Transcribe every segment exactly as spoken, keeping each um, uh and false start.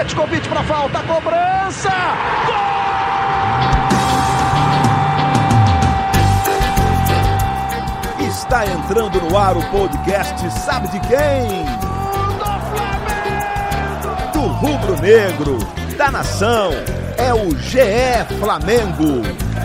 Petkovic para falta, cobrança! Gol! Está entrando no ar o podcast Sabe de quem? Do Flamengo! Do rubro-negro, da nação, é o G E Flamengo.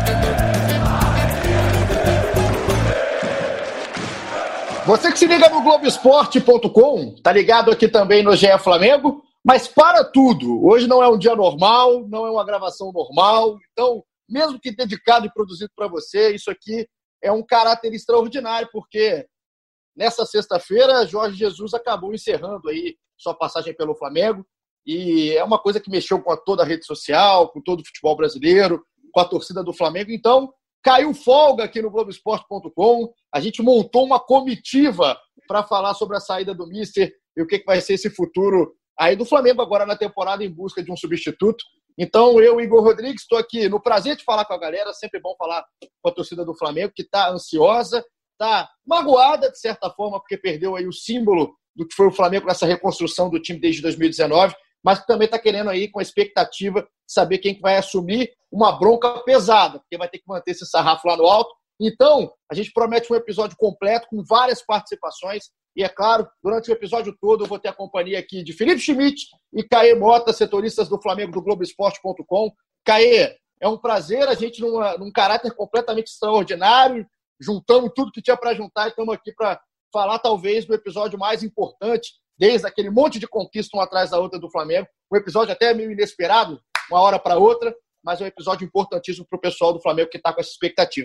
Você que se liga no Globo Esporte ponto com, tá ligado aqui também no G E Flamengo, mas para tudo. Hoje não é um dia normal, não é uma gravação normal, então, mesmo que dedicado e produzido para você, isso aqui é um caráter extraordinário, porque nessa sexta-feira, Jorge Jesus acabou encerrando aí sua passagem pelo Flamengo, e é uma coisa que mexeu com toda a rede social, com todo o futebol brasileiro, com a torcida do Flamengo, então caiu folga aqui no Globo Esporte ponto com. A gente montou uma comitiva para falar sobre a saída do Mister e o que vai ser esse futuro aí do Flamengo agora na temporada em busca de um substituto. Então, eu, Igor Rodrigues, estou aqui no prazer de falar com a galera. Sempre bom falar com a torcida do Flamengo, que está ansiosa, está magoada, de certa forma, porque perdeu aí o símbolo do que foi o Flamengo nessa reconstrução do time desde dois mil e dezenove, mas que também está querendo aí com a expectativa de saber quem que vai assumir uma bronca pesada, porque vai ter que manter esse sarrafo lá no alto. Então, a gente promete um episódio completo, com várias participações, e é claro, durante o episódio todo eu vou ter a companhia aqui de Felipe Schmidt e Caê Mota, setoristas do Flamengo do Globo Esporte ponto com. Caê, é um prazer, a gente numa, num caráter completamente extraordinário, juntamos tudo que tinha para juntar e estamos aqui para falar talvez do episódio mais importante, desde aquele monte de conquista uma atrás da outra do Flamengo. Um episódio até meio inesperado, uma hora para outra, mas é um episódio importantíssimo para o pessoal do Flamengo que está com essa expectativa.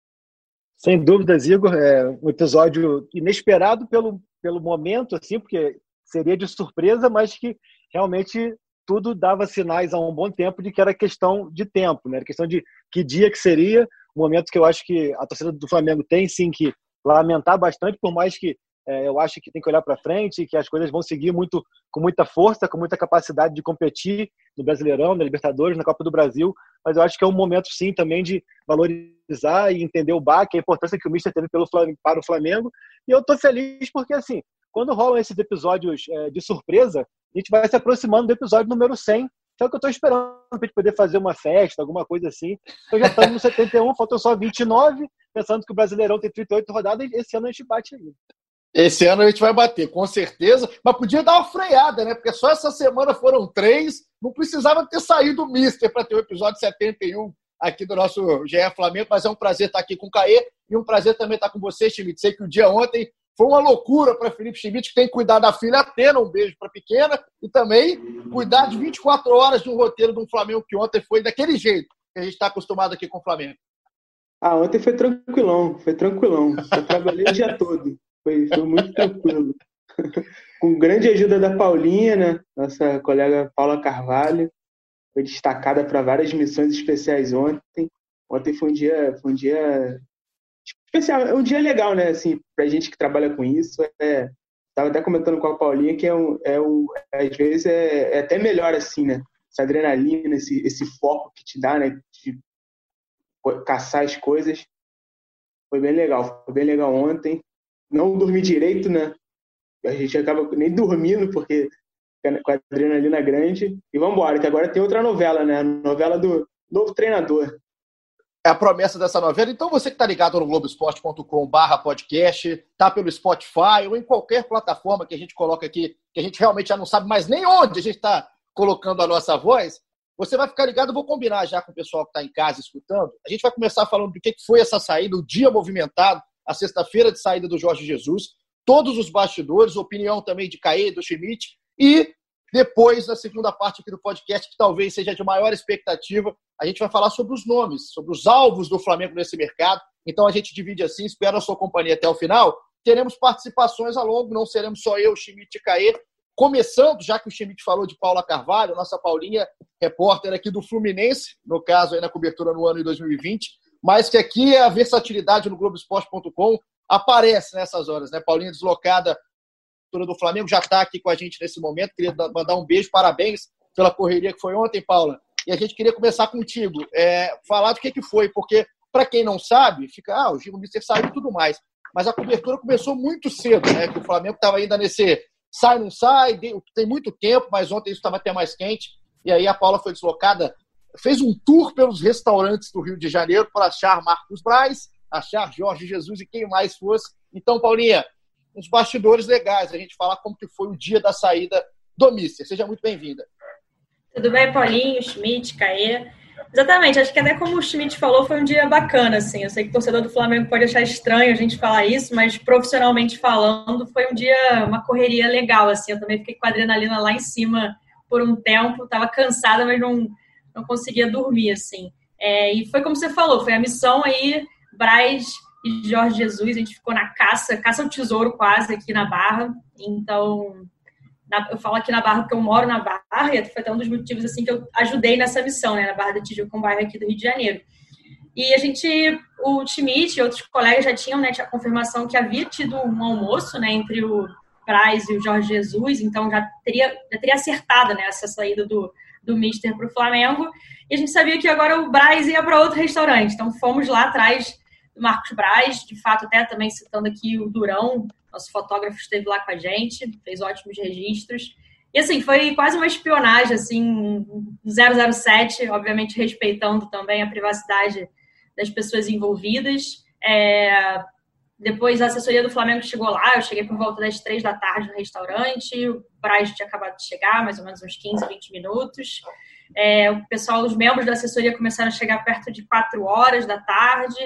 Sem dúvidas, Igor. É um episódio inesperado pelo, pelo momento, assim, porque seria de surpresa, mas que realmente tudo dava sinais há um bom tempo de que era questão de tempo, né? Era questão de que dia que seria, um momento que eu acho que a torcida do Flamengo tem, sim, que lamentar bastante, por mais que É, eu acho que tem que olhar para frente, que as coisas vão seguir muito, com muita força, com muita capacidade de competir no Brasileirão, na Libertadores, na Copa do Brasil, mas eu acho que é um momento, sim, também de valorizar e entender o baque, a importância que o Mister teve pelo Flamengo, para o Flamengo, e eu estou feliz porque, assim, quando rolam esses episódios é, de surpresa, a gente vai se aproximando do episódio número cem, que é o que eu estou esperando, para a gente poder fazer uma festa, alguma coisa assim. Então já estamos no setenta e um, faltam só vinte e nove, pensando que o Brasileirão tem trinta e oito rodadas, e esse ano a gente bate aí. Esse ano a gente vai bater, com certeza, mas podia dar uma freada, né? Porque só essa semana foram três, não precisava ter saído o Mister para ter o episódio setenta e um aqui do nosso G E Flamengo, mas é um prazer estar aqui com o Caê e um prazer também estar com você, Schmidt. Sei que o dia ontem foi uma loucura para Felipe Schmidt, que tem que cuidar da filha Atena, um beijo para a pequena, e também cuidar de vinte e quatro horas de um roteiro de um Flamengo que ontem foi daquele jeito que a gente está acostumado aqui com o Flamengo. Ah, ontem foi tranquilão, foi tranquilão. Eu trabalhei o dia todo. Foi, foi muito tranquilo. Com grande ajuda da Paulinha, né? Nossa colega Paula Carvalho. Foi destacada para várias missões especiais ontem. Ontem foi um dia, foi um dia especial. É um dia legal, né? Assim, pra gente que trabalha com isso. É, tava até comentando com a Paulinha que é um, é um, às vezes é, é até melhor assim, né? Essa adrenalina, esse, esse foco que te dá, né? De caçar as coisas. Foi bem legal. Foi bem legal ontem. Não dormi direito, né? A gente acaba nem dormindo, porque com a adrenalina grande. E vamos embora, que agora tem outra novela, né? A novela do novo treinador. É a promessa dessa novela. Então, você que está ligado no globo esporte ponto com barra podcast, tá pelo Spotify ou em qualquer plataforma que a gente coloca aqui, que a gente realmente já não sabe mais nem onde a gente está colocando a nossa voz, você vai ficar ligado. Eu vou combinar já com o pessoal que está em casa escutando. A gente vai começar falando do que foi essa saída, o dia movimentado, a sexta-feira de saída do Jorge Jesus, todos os bastidores, opinião também de Caê, do Schmidt, e depois, na segunda parte aqui do podcast, que talvez seja de maior expectativa, a gente vai falar sobre os nomes, sobre os alvos do Flamengo nesse mercado. Então a gente divide assim, espero a sua companhia até o final. Teremos participações ao longo, não seremos só eu, Schmidt e Caê. Começando, já que o Schmidt falou de Paula Carvalho, nossa Paulinha, repórter aqui do Fluminense, no caso aí na cobertura no ano de dois mil e vinte, mas que aqui a versatilidade no globo esporte ponto com aparece nessas horas, né? Paulinha deslocada do Flamengo já está aqui com a gente nesse momento. Queria mandar um beijo, parabéns pela correria que foi ontem, Paula. E a gente queria começar contigo, é, falar do que, que foi, porque, para quem não sabe, fica, ah, o Gil Mister saiu e tudo mais. Mas a cobertura começou muito cedo, né? Que o Flamengo estava ainda nesse sai, não sai, tem muito tempo, mas ontem isso estava até mais quente, e aí a Paula foi deslocada, fez um tour pelos restaurantes do Rio de Janeiro para achar Marcos Braz, achar Jorge Jesus e quem mais fosse. Então, Paulinha, uns bastidores legais, a gente falar como que foi o dia da saída do Mister. Seja muito bem-vinda. Tudo bem, Paulinho, Schmidt, Caê? Exatamente, acho que até como o Schmidt falou, foi um dia bacana, assim. Eu sei que o torcedor do Flamengo pode achar estranho a gente falar isso, mas profissionalmente falando, foi um dia, uma correria legal, assim. Eu também fiquei com a adrenalina lá em cima por um tempo, estava cansada, mas não, não conseguia dormir, assim. É, e foi como você falou, foi a missão aí, Braz e Jorge Jesus, a gente ficou na caça, caça ao tesouro quase aqui na Barra, então... Eu falo aqui na Barra porque eu moro na Barra e foi até um dos motivos assim, que eu ajudei nessa missão, né, na Barra da Tijuca, um bairro aqui do Rio de Janeiro. E a gente, o Schmidt e outros colegas já tinham, né, tinha a confirmação que havia tido um almoço, né, entre o Braz e o Jorge Jesus, então já teria, já teria acertado, né, essa saída do, do Mister para o Flamengo. E a gente sabia que agora o Braz ia para outro restaurante, então fomos lá atrás do Marcos Braz, de fato até também citando aqui o Durão, nosso fotógrafo esteve lá com a gente, fez ótimos registros. E, assim, foi quase uma espionagem, assim, zero zero sete, obviamente respeitando também a privacidade das pessoas envolvidas. É... Depois, a assessoria do Flamengo chegou lá, eu cheguei por volta das três da tarde no restaurante, o Braz tinha acabado de chegar, mais ou menos uns quinze, vinte minutos. É... O pessoal, os membros da assessoria começaram a chegar perto de quatro horas da tarde.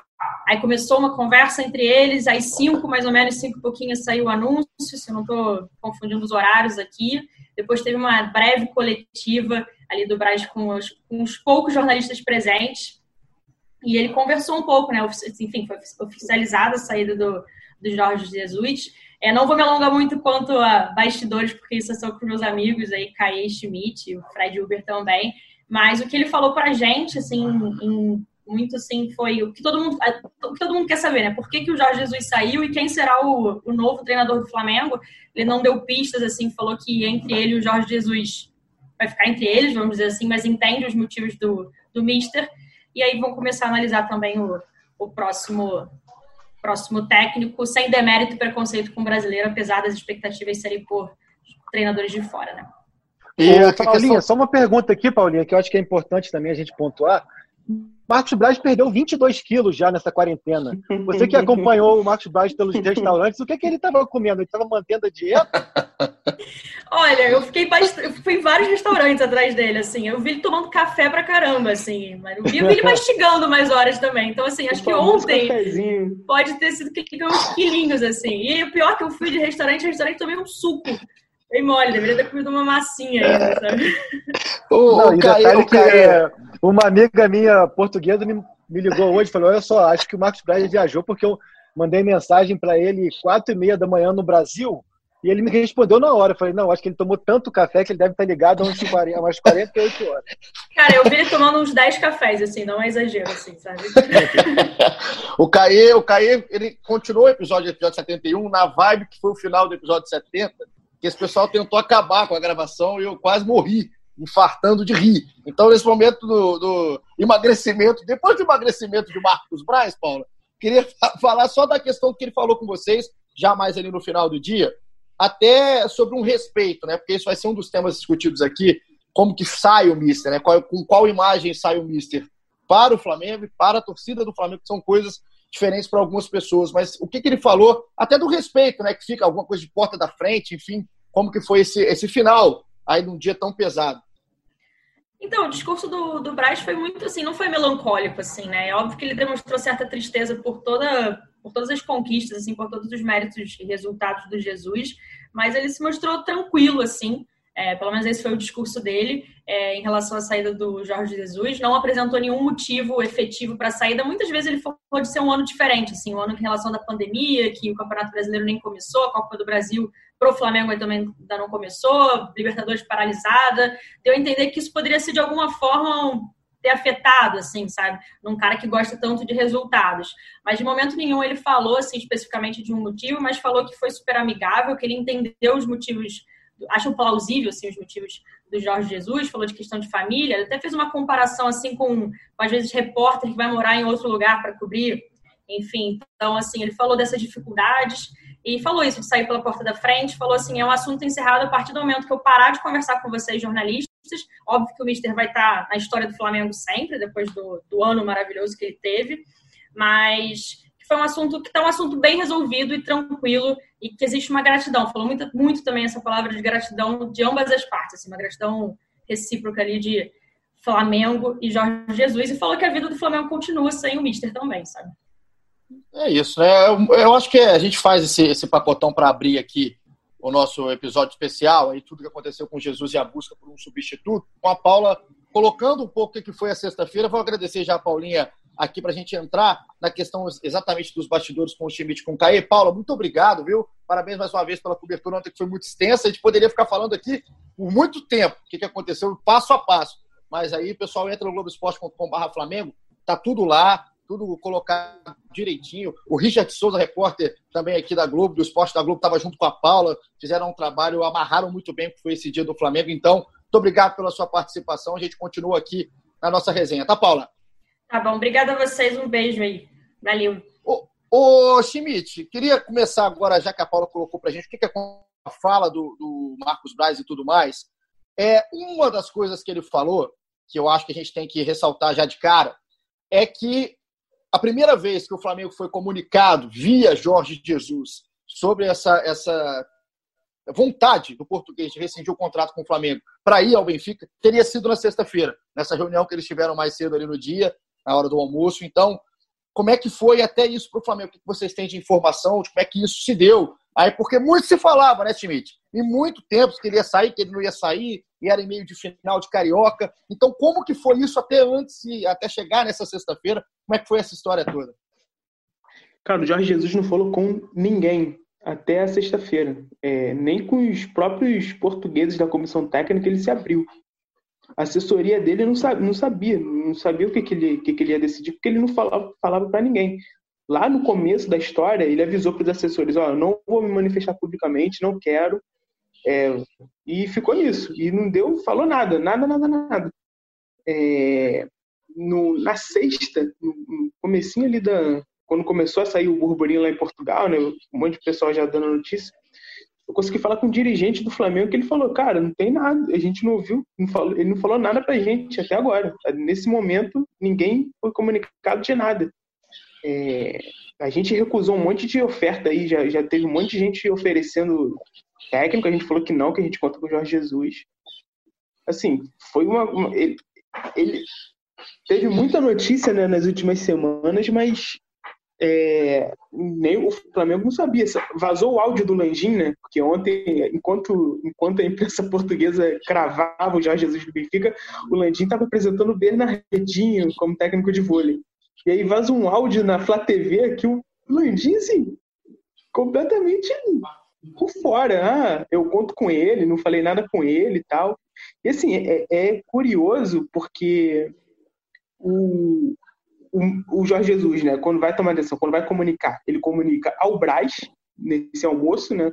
Aí começou uma conversa entre eles, aí cinco, mais ou menos, cinco e pouquinho saiu o anúncio, se eu não estou confundindo os horários aqui. Depois teve uma breve coletiva ali do Braz com os, com os poucos jornalistas presentes. E ele conversou um pouco, né? Enfim, foi oficializada a saída do, do Jorge Jesus. É, não vou me alongar muito quanto a bastidores, porque isso é só com meus amigos aí, Caê Schmidt e o Fred Uber também. Mas o que ele falou pra gente, assim, em muito assim, foi o que todo mundo, o que todo mundo quer saber, né? Por que, que o Jorge Jesus saiu e quem será o, o novo treinador do Flamengo? Ele não deu pistas, assim, falou que entre ele e o Jorge Jesus vai ficar entre eles, vamos dizer assim, mas entende os motivos do, do Mister. E aí vão começar a analisar também o, o próximo, próximo técnico, sem demérito e preconceito com o brasileiro, apesar das expectativas serem por treinadores de fora, né? E, Ô, Paulinha, questão... só uma pergunta aqui, Paulinha, que eu acho que é importante também a gente pontuar. Marcos Braz perdeu vinte e dois quilos já nessa quarentena. Você que acompanhou o Marcos Braz pelos restaurantes, o que, é que ele estava comendo? Ele estava mantendo a dieta? Olha, eu fiquei bast... eu fui em vários restaurantes atrás dele, assim. Eu vi ele tomando café pra caramba, assim. Mas eu vi ele mastigando mais horas também. Então, assim, acho que ontem cafezinho. Pode ter sido que ele ganhou uns quilinhos, assim. E o pior é que eu fui de restaurante, restaurante tomei um suco. Bem mole, deveria ter comido uma massinha ainda, sabe? O, Não, o e detalhe que é, uma amiga minha portuguesa me, me ligou hoje e falou, olha só, acho que o Marcos Braz viajou porque eu mandei mensagem para ele quatro e meia da manhã no Brasil e ele me respondeu na hora. Eu falei, não, acho que ele tomou tanto café que ele deve estar ligado há umas quarenta e oito horas. Cara, eu vi ele tomando uns dez cafés, assim, não é exagero, assim, sabe? o Caê, o Caê, ele continuou o episódio, episódio setenta e um na vibe que foi o final do episódio setenta, que esse pessoal tentou acabar com a gravação e eu quase morri, infartando de rir. Então, nesse momento do, do emagrecimento, depois do emagrecimento de Marcos Braz, Paula, queria falar só da questão que ele falou com vocês, já mais ali no final do dia, até sobre um respeito, né? Porque isso vai ser um dos temas discutidos aqui, como que sai o Mister, né? Qual, com qual imagem sai o Mister para o Flamengo e para a torcida do Flamengo, que são coisas diferentes para algumas pessoas, mas o que, que ele falou, até do respeito, né, que fica alguma coisa de porta da frente, enfim, como que foi esse, esse final aí num dia tão pesado? Então, o discurso do, do Braz foi muito assim, não foi melancólico, assim, né, é óbvio que ele demonstrou certa tristeza por, toda, por todas as conquistas, assim, por todos os méritos e resultados do Jesus, mas ele se mostrou tranquilo, assim, É, pelo menos esse foi o discurso dele é, em relação à saída do Jorge Jesus. Não apresentou nenhum motivo efetivo para a saída. Muitas vezes ele falou de ser um ano diferente, assim, um ano em relação da pandemia, que o Campeonato Brasileiro nem começou, a Copa do Brasil para o Flamengo também ainda não começou, Libertadores paralisada. Deu a entender que isso poderia ser, de alguma forma, ter afetado, assim, sabe? Num cara que gosta tanto de resultados. Mas, de momento nenhum, ele falou, assim, especificamente de um motivo, mas falou que foi super amigável, que ele entendeu os motivos, acham plausível, assim, os motivos do Jorge Jesus, falou de questão de família, até fez uma comparação, assim, com, às vezes, repórter que vai morar em outro lugar para cobrir, enfim. Então, assim, ele falou dessas dificuldades, e falou isso, de sair pela porta da frente, falou assim, é um assunto encerrado a partir do momento que eu parar de conversar com vocês, jornalistas. Óbvio que o Mister vai estar na história do Flamengo sempre, depois do, do ano maravilhoso que ele teve, mas foi um assunto que está um assunto bem resolvido e tranquilo, e que existe uma gratidão. Falou muito, muito também essa palavra de gratidão de ambas as partes, assim, uma gratidão recíproca ali de Flamengo e Jorge Jesus, e falou que a vida do Flamengo continua sem o Mister também, sabe? É isso, né? Eu, eu acho que a gente faz esse, esse pacotão para abrir aqui o nosso episódio especial, aí tudo que aconteceu com Jesus e a busca por um substituto, com a Paula colocando um pouco o que foi a sexta-feira. Vou agradecer já a Paulinha aqui para a gente entrar na questão exatamente dos bastidores com o Schmidt, com o Caê. Paula, muito obrigado, viu? Parabéns mais uma vez pela cobertura ontem, que foi muito extensa. A gente poderia ficar falando aqui por muito tempo o que aconteceu passo a passo. Mas aí, pessoal, entra no globo esporte ponto com barra Flamengo, tá tudo lá, tudo colocado direitinho. O Richard Souza, repórter também aqui da Globo, do Esporte da Globo, estava junto com a Paula, fizeram um trabalho, amarraram muito bem o que foi esse dia do Flamengo. Então, muito obrigado pela sua participação. A gente continua aqui na nossa resenha. Tá, Paula? Tá bom. Obrigada a vocês. Um beijo aí. Valeu. Ô, ô Schmidt, queria começar agora, já que a Paula colocou pra gente, o que é a fala do, do Marcos Braz e tudo mais. É, uma das coisas que ele falou, que eu acho que a gente tem que ressaltar já de cara, é que a primeira vez que o Flamengo foi comunicado via Jorge Jesus sobre essa, essa vontade do português de rescindir o contrato com o Flamengo para ir ao Benfica, teria sido na sexta-feira, nessa reunião que eles tiveram mais cedo ali no dia, na hora do almoço. Então, como é que foi até isso para o Flamengo? O que vocês têm de informação de como é que isso se deu? Aí, porque muito se falava, né, Schmidt? Em muito tempo que ele ia sair, que ele não ia sair, e era em meio de final de Carioca. Então, como que foi isso até antes, até chegar nessa sexta-feira? Como é que foi essa história toda? Cara, o Jorge Jesus não falou com ninguém até a sexta-feira. É, nem com os próprios portugueses da comissão técnica ele se abriu. A assessoria dele não sabia, não sabia, não sabia o que, que, ele, que, que ele ia decidir, porque ele não falava, falava para ninguém. Lá no começo da história, ele avisou para os assessores, ó, oh, não vou me manifestar publicamente, não quero. É, e ficou nisso. E não deu, falou nada, nada, nada, nada. É, no, na sexta, no, no comecinho ali da... Quando começou a sair o burburinho lá em Portugal, né, um monte de pessoal já dando notícia, eu consegui falar com um dirigente do Flamengo que ele falou, cara, não tem nada, a gente não ouviu, não falou, ele não falou nada pra gente até agora. Nesse momento, ninguém foi comunicado de nada. É, a gente recusou um monte de oferta aí, já, já teve um monte de gente oferecendo técnico, a gente falou que não, que a gente conta com o Jorge Jesus. Assim, foi uma... uma ele, ele teve muita notícia, né, nas últimas semanas, mas é, nem o Flamengo não sabia. Vazou o áudio do Landim, né? Porque ontem, enquanto, enquanto a imprensa portuguesa cravava o Jorge Jesus do Benfica, o Landim estava apresentando o Bernardinho como técnico de vôlei. E aí vaza um áudio na Flá T V que o Landim, assim, completamente por fora. Ah, eu conto com ele, não falei nada com ele e tal. E assim, é, é curioso porque o O, o Jorge Jesus, né, quando vai tomar decisão, quando vai comunicar, ele comunica ao Braz, nesse almoço, né,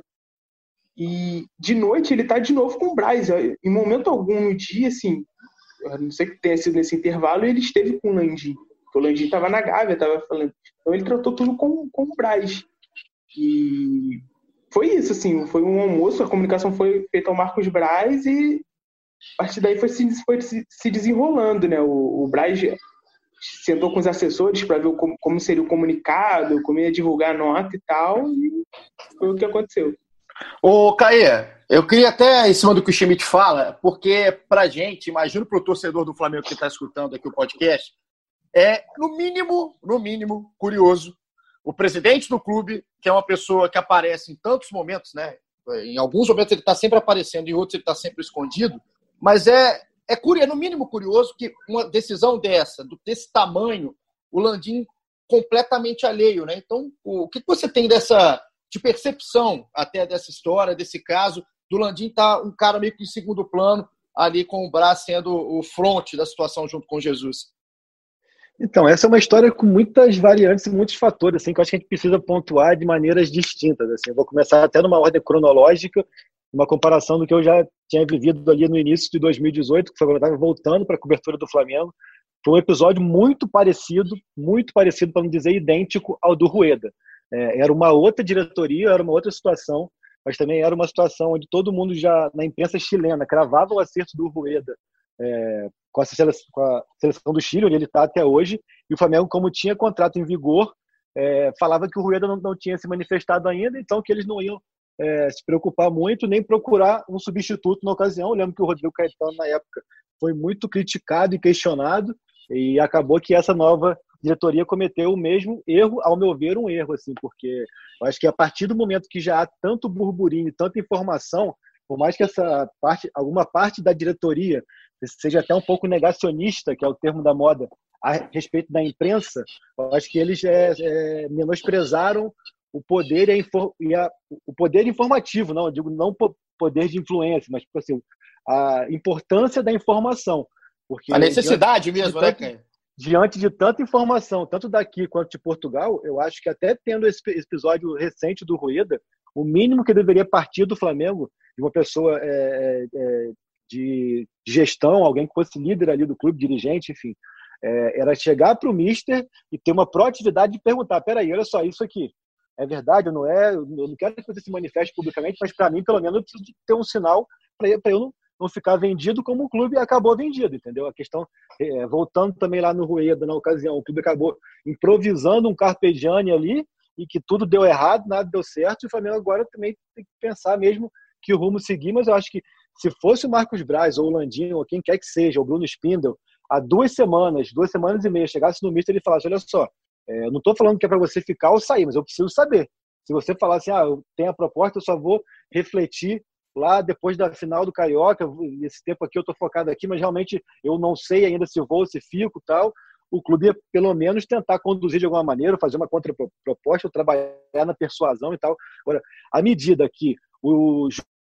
e de noite ele tá de novo com o Braz. Em momento algum no dia, assim, a não sei que tenha sido nesse intervalo, ele esteve com o Landim, porque o Landim tava na Gávea, tava falando. Então ele tratou tudo com, com o Braz. E foi isso, assim, foi um almoço, a comunicação foi feita ao Marcos Braz e a partir daí foi se, foi se desenrolando, né, o, o Braz sentou com os assessores para ver como, como seria o comunicado, como ia divulgar a nota e tal, e foi o que aconteceu. Ô, Caê, eu queria até, em cima do que o Schmidt fala, porque pra gente, imagino pro torcedor do Flamengo que está escutando aqui o podcast, é, no mínimo, no mínimo, curioso, o presidente do clube, que é uma pessoa que aparece em tantos momentos, né? Em alguns momentos ele está sempre aparecendo, em outros ele está sempre escondido, mas é É, curioso, é no mínimo curioso que uma decisão dessa, desse tamanho, o Landim completamente alheio, né? Então, o que você tem dessa, de percepção até dessa história, desse caso, do Landim estar um cara meio que em segundo plano, ali com o Braz sendo o fronte da situação junto com Jesus? Então, essa é uma história com muitas variantes e muitos fatores, assim, que eu acho que a gente precisa pontuar de maneiras distintas. Assim. Eu vou começar até numa ordem cronológica, uma comparação do que eu já tinha vivido ali no início de dois mil e dezoito, que foi quando eu estava voltando para a cobertura do Flamengo. Foi um episódio muito parecido, muito parecido, para não dizer idêntico, ao do Rueda. é, era uma outra diretoria, era uma outra situação, mas também era uma situação onde todo mundo já, na imprensa chilena, cravava o acerto do Rueda é, com, a seleção, com a seleção do Chile, onde ele está até hoje, e o Flamengo, como tinha contrato em vigor, é, falava que o Rueda não, não tinha se manifestado ainda, então que eles não iam é, se preocupar muito, nem procurar um substituto na ocasião. Eu lembro que o Rodrigo Caetano, na época, foi muito criticado e questionado, e acabou que essa nova diretoria cometeu o mesmo erro, ao meu ver, um erro, assim, porque eu acho que a partir do momento que já há tanto burburinho, tanta informação, por mais que essa parte, alguma parte da diretoria seja até um pouco negacionista, que é o termo da moda, a respeito da imprensa, eu acho que eles é, é, menosprezaram o poder, e a, e a, o poder informativo, não, eu digo não poder de influência, mas tipo assim, a importância da informação. Porque a necessidade mesmo, tanto, né, Caio? Diante de tanta informação, tanto daqui quanto de Portugal, eu acho que até tendo esse episódio recente do Rueda, o mínimo que deveria partir do Flamengo, de uma pessoa é, é, de gestão, alguém que fosse líder ali do clube, dirigente, enfim, é, era chegar para o mister e ter uma proatividade de perguntar, peraí, olha só, isso aqui é verdade ou não é? Eu não quero que você se manifeste publicamente, mas para mim, pelo menos, eu preciso ter um sinal para eu não, não ficar vendido como o clube acabou vendido, entendeu? A questão, é, voltando também lá no Rueda, na ocasião, o clube acabou improvisando um carpe diem ali e que tudo deu errado, nada deu certo, e o Flamengo agora também tem que pensar mesmo que o rumo seguir, mas eu acho que se fosse o Marcos Braz ou o Landinho, ou quem quer que seja, o Bruno Spindel, há duas semanas, duas semanas e meia, chegasse no mister e ele falasse, olha só, é, eu não estou falando que é para você ficar ou sair, mas eu preciso saber. Se você falar assim, ah, eu tenho a proposta, eu só vou refletir lá depois da final do Carioca, esse tempo aqui eu estou focado aqui, mas realmente eu não sei ainda se vou, se fico e tal, o clube ia pelo menos tentar conduzir de alguma maneira, fazer uma contraproposta, trabalhar na persuasão e tal. Agora, à medida que o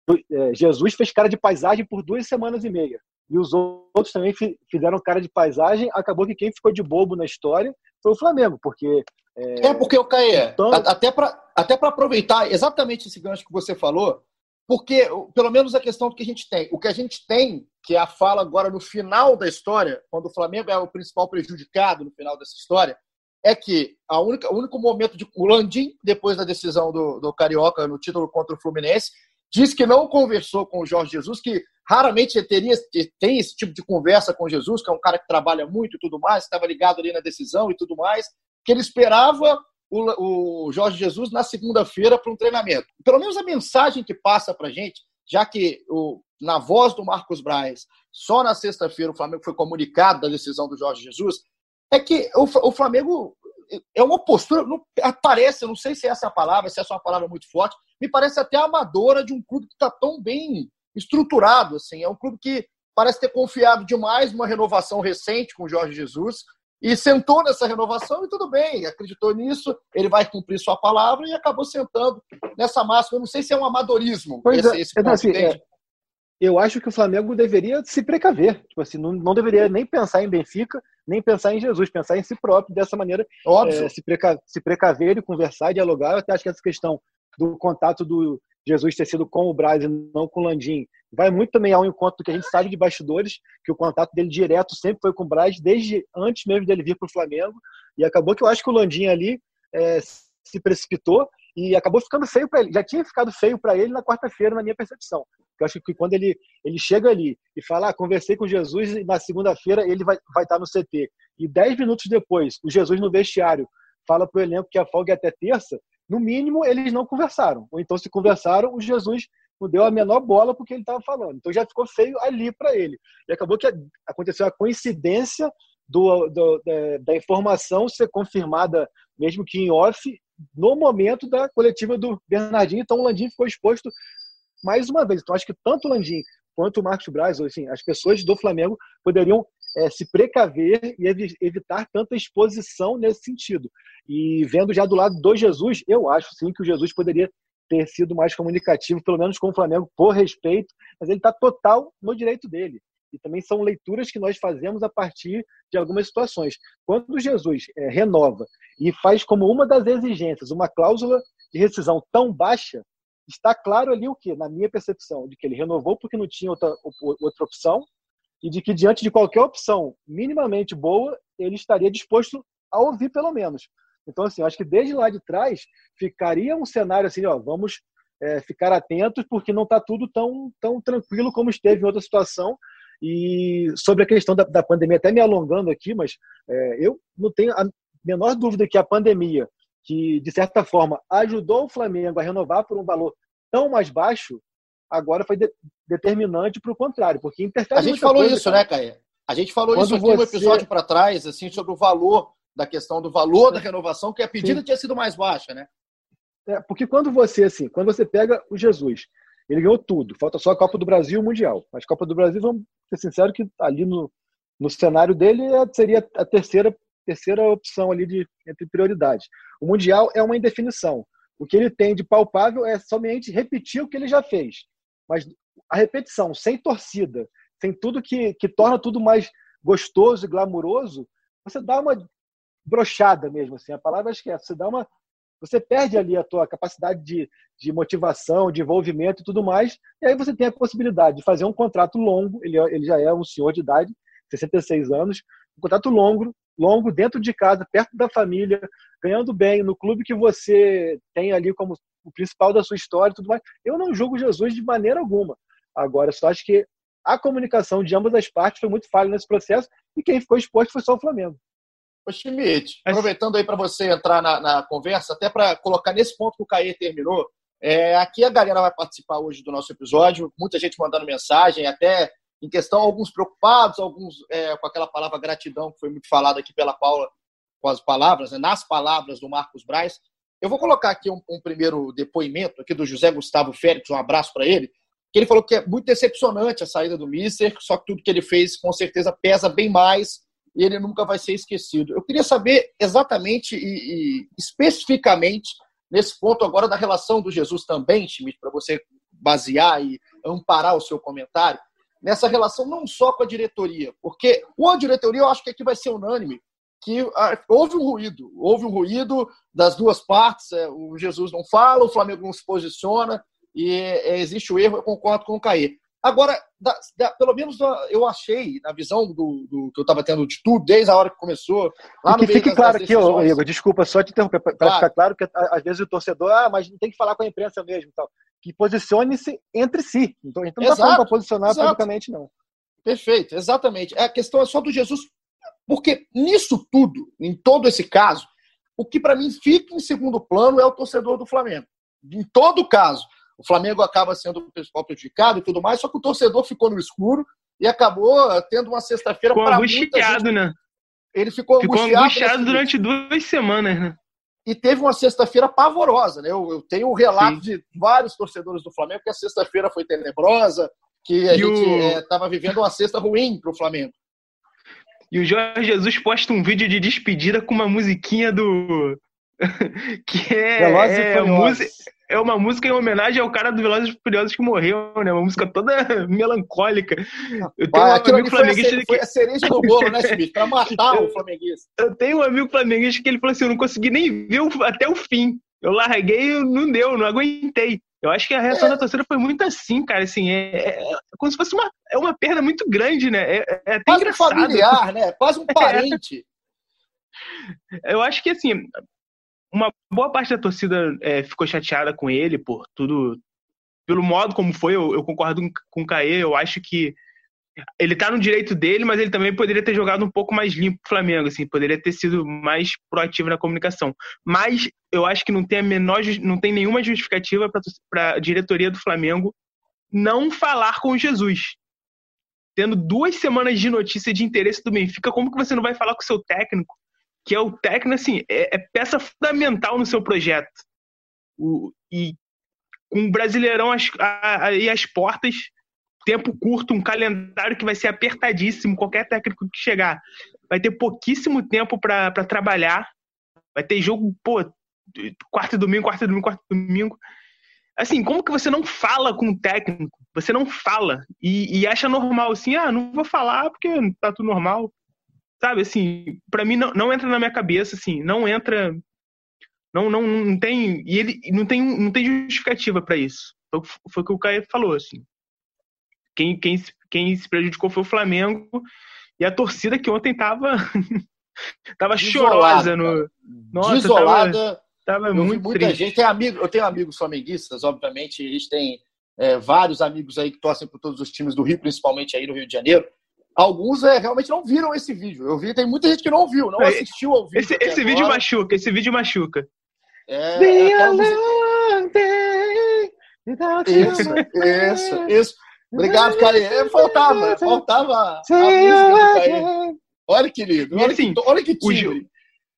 Jesus fez cara de paisagem por duas semanas e meia, e os outros também fizeram cara de paisagem, acabou que quem ficou de bobo na história foi o Flamengo, porque... É, é porque, o Caê, então... até para até para aproveitar exatamente esse gancho que você falou, porque, pelo menos a questão que a gente tem, o que a gente tem, que é a fala agora no final da história, quando o Flamengo é o principal prejudicado no final dessa história, é que a única, o único momento de... O Landim, depois da decisão do, do Carioca no título contra o Fluminense, diz que não conversou com o Jorge Jesus, que raramente teria, tem esse tipo de conversa com o Jesus, que é um cara que trabalha muito e tudo mais, estava ligado ali na decisão e tudo mais, que ele esperava o, o Jorge Jesus na segunda-feira para um treinamento. Pelo menos a mensagem que passa para a gente, já que o, na voz do Marcos Braz, só na sexta-feira o Flamengo foi comunicado da decisão do Jorge Jesus, é que o, o Flamengo é uma postura, não, parece, eu não sei se essa é a palavra, se essa é uma palavra muito forte, me parece até amadora de um clube que está tão bem estruturado, assim, é um clube que parece ter confiado demais numa renovação recente com o Jorge Jesus e sentou nessa renovação e tudo bem, acreditou nisso, ele vai cumprir sua palavra e acabou sentando nessa máxima. Eu não sei se é um amadorismo pois esse, é, esse ponto, assim, é, eu acho que o Flamengo deveria se precaver, tipo assim, não, não deveria nem pensar em Benfica, nem pensar em Jesus, pensar em si próprio, dessa maneira, é, se, preca, se precaver e conversar, dialogar. Eu até acho que essa questão do contato do Jesus ter sido com o Braz e não com o Landim vai muito também ao encontro do que a gente sabe de bastidores, que o contato dele direto sempre foi com o Braz, desde antes mesmo dele vir para o Flamengo, e acabou que eu acho que o Landim ali é, se precipitou e acabou ficando feio para ele, já tinha ficado feio para ele na quarta-feira, na minha percepção. Eu acho que quando ele, ele chega ali e fala, ah, conversei com Jesus e na segunda-feira ele vai, vai estar no C T, e dez minutos depois, o Jesus no vestiário fala para o elenco que a folga é até terça, no mínimo, eles não conversaram. Ou então, se conversaram, o Jesus não deu a menor bola porque ele estava falando. Então, já ficou feio ali para ele. E acabou que aconteceu a coincidência do, do, da, da informação ser confirmada, mesmo que em off, no momento da coletiva do Bernardinho. Então, o Landim ficou exposto mais uma vez. Então, acho que tanto o Landim quanto o Marcos Braz, assim, as pessoas do Flamengo poderiam é, se precaver e ev- evitar tanta exposição nesse sentido. E vendo já do lado do Jesus, eu acho sim que o Jesus poderia ter sido mais comunicativo, pelo menos com o Flamengo, por respeito, mas ele está total no direito dele. E também são leituras que nós fazemos a partir de algumas situações. Quando o Jesus é, renova e faz como uma das exigências uma cláusula de rescisão tão baixa, está claro ali o quê? Na minha percepção, de que ele renovou porque não tinha outra, outra opção e de que diante de qualquer opção minimamente boa, ele estaria disposto a ouvir pelo menos. Então, assim, eu acho que desde lá de trás ficaria um cenário assim, ó, vamos é, ficar atentos porque não está tudo tão, tão tranquilo como esteve em outra situação. E sobre a questão da, da pandemia, até me alongando aqui, mas é, eu não tenho a menor dúvida que a pandemia, que de certa forma ajudou o Flamengo a renovar por um valor tão mais baixo, agora foi de, determinante para o contrário, porque interfere. A gente falou coisa, isso, cara. né, Caê? A gente falou Quando isso aqui você... no episódio para trás, assim, sobre o valor da questão do valor da renovação, que a pedida Sim. tinha sido mais baixa, né? É, porque quando você, assim, quando você pega o Jesus, ele ganhou tudo, falta só a Copa do Brasil e o Mundial. Mas a Copa do Brasil, vamos ser sinceros, que ali no, no cenário dele seria a terceira, terceira opção ali de, entre prioridades. O Mundial é uma indefinição. O que ele tem de palpável é somente repetir o que ele já fez. Mas a repetição, sem torcida, sem tudo que, que torna tudo mais gostoso e glamuroso, você dá uma brochada mesmo, assim, a palavra acho que é, você dá uma, você perde ali a tua capacidade de, de motivação, de envolvimento e tudo mais, e aí você tem a possibilidade de fazer um contrato longo, ele, ele já é um senhor de idade, sessenta e seis anos, um contrato longo, longo dentro de casa, perto da família, ganhando bem, no clube que você tem ali como o principal da sua história e tudo mais. Eu não julgo Jesus de maneira alguma. Agora, eu só acho que a comunicação de ambas as partes foi muito falha nesse processo e quem ficou exposto foi só o Flamengo. Ô, Schmidt, aproveitando aí para você entrar na, na conversa, até para colocar nesse ponto que o Caê terminou, é, aqui a galera vai participar hoje do nosso episódio, muita gente mandando mensagem, até em questão, alguns preocupados, alguns é, com aquela palavra gratidão, que foi muito falada aqui pela Paula, com as palavras, né, nas palavras do Marcos Braz. Eu vou colocar aqui um, um primeiro depoimento aqui do José Gustavo Félix, um abraço para ele, que ele falou que é muito decepcionante a saída do Mister, só que tudo que ele fez com certeza pesa bem mais e ele nunca vai ser esquecido. Eu queria saber exatamente e, e especificamente nesse ponto agora da relação do Jesus também, Schmidt, para você basear e amparar o seu comentário, nessa relação não só com a diretoria, porque com a diretoria eu acho que aqui vai ser unânime, que ah, houve um ruído, houve um ruído das duas partes, é, o Jesus não fala, o Flamengo não se posiciona, e é, existe o erro, eu concordo com o Caê. Agora, da, da, pelo menos eu achei, na visão do, do que eu estava tendo de tudo, desde a hora que começou, lá e que no meio fique das, claro das aqui, Igor, desculpa só te interromper, para claro. ficar claro que às vezes o torcedor, ah, mas não tem que falar com a imprensa mesmo, tal. Que posicione-se entre si. Então a gente não está falando para posicionar exato. publicamente, não. Perfeito, exatamente. A questão é só do Jesus, porque nisso tudo, em todo esse caso, o que para mim fica em segundo plano é o torcedor do Flamengo. Em todo caso, o Flamengo acaba sendo o principal prejudicado e tudo mais, só que o torcedor ficou no escuro e acabou tendo uma sexta-feira para muita gente. Né? Ele ficou, ficou angustiado, angustiado durante duas semanas, né? E teve uma sexta-feira pavorosa, né? Eu, eu tenho um relato Sim. de vários torcedores do Flamengo que a sexta-feira foi tenebrosa, que a e gente estava o... é, vivendo uma sexta ruim para o Flamengo. E o Jorge Jesus posta um vídeo de despedida com uma musiquinha do... que é, é, música, é uma música em homenagem ao cara do Velozes e Furiosos que morreu, né? Uma música toda melancólica. Eu tenho ah, um amigo flamenguista que... Foi a cereja do bolo, né, Schmidt? Pra matar o flamenguista. Eu tenho um amigo flamenguista que ele falou assim, eu não consegui nem ver o, até o fim. Eu larguei e não deu, não aguentei. Eu acho que a reação é. da torcida foi muito assim, cara. Assim, é, é, é como se fosse uma, é uma perda muito grande, né? É, é até quase engraçado. Um familiar, né? Quase um parente. É. Eu acho que, assim, uma boa parte da torcida é, ficou chateada com ele por tudo, pelo modo como foi. Eu, eu concordo com o Caê. Eu acho que ele tá no direito dele, mas ele também poderia ter jogado um pouco mais limpo pro Flamengo, assim, poderia ter sido mais proativo na comunicação. Mas eu acho que não tem a menor, não tem nenhuma justificativa para a diretoria do Flamengo não falar com o Jesus. Tendo duas semanas de notícia de interesse do Benfica, como que você não vai falar com o seu técnico? Que é o técnico, assim, é, é peça fundamental no seu projeto. O, e com o Brasileirão aí às portas, tempo curto, um calendário que vai ser apertadíssimo, qualquer técnico que chegar vai ter pouquíssimo tempo para trabalhar, vai ter jogo, pô, quarta e domingo, quarta e domingo, quarta e domingo. Assim, como que você não fala com o técnico? Você não fala e, e acha normal, assim, ah, não vou falar porque tá tudo normal. Sabe, assim, pra mim não, não entra na minha cabeça, assim, não entra, não, não, não tem, e ele não tem, não tem justificativa pra isso. Foi, foi o que o Caio falou, assim. Quem, quem, quem se prejudicou foi o Flamengo e a torcida que ontem tava Tava chorosa no. Nossa, Desolada. Tava, tava eu muito vi muita triste. gente. Tem amigo, eu tenho amigos flamenguistas, obviamente. A gente tem é, vários amigos aí que torcem por todos os times do Rio, principalmente aí no Rio de Janeiro. Alguns é, realmente não viram esse vídeo. Eu vi, tem muita gente que não viu, não assistiu ao vídeo. Esse, esse vídeo machuca, esse vídeo machuca. É, é aquela isso, isso, isso. Obrigado, Caê. Faltava, faltava a música do Caê. Olha que lindo. Olha, assim, que, olha que timbre.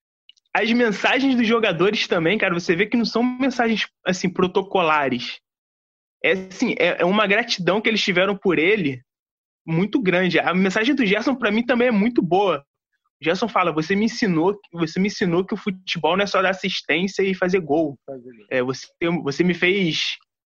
As mensagens dos jogadores também, cara, você vê que não são mensagens, assim, protocolares. É, assim, é, é uma gratidão que eles tiveram por ele muito grande. A mensagem do Gerson, pra mim, também é muito boa. O Gerson fala, você me ensinou, você me ensinou que o futebol não é só dar assistência e fazer gol. É, você, você me fez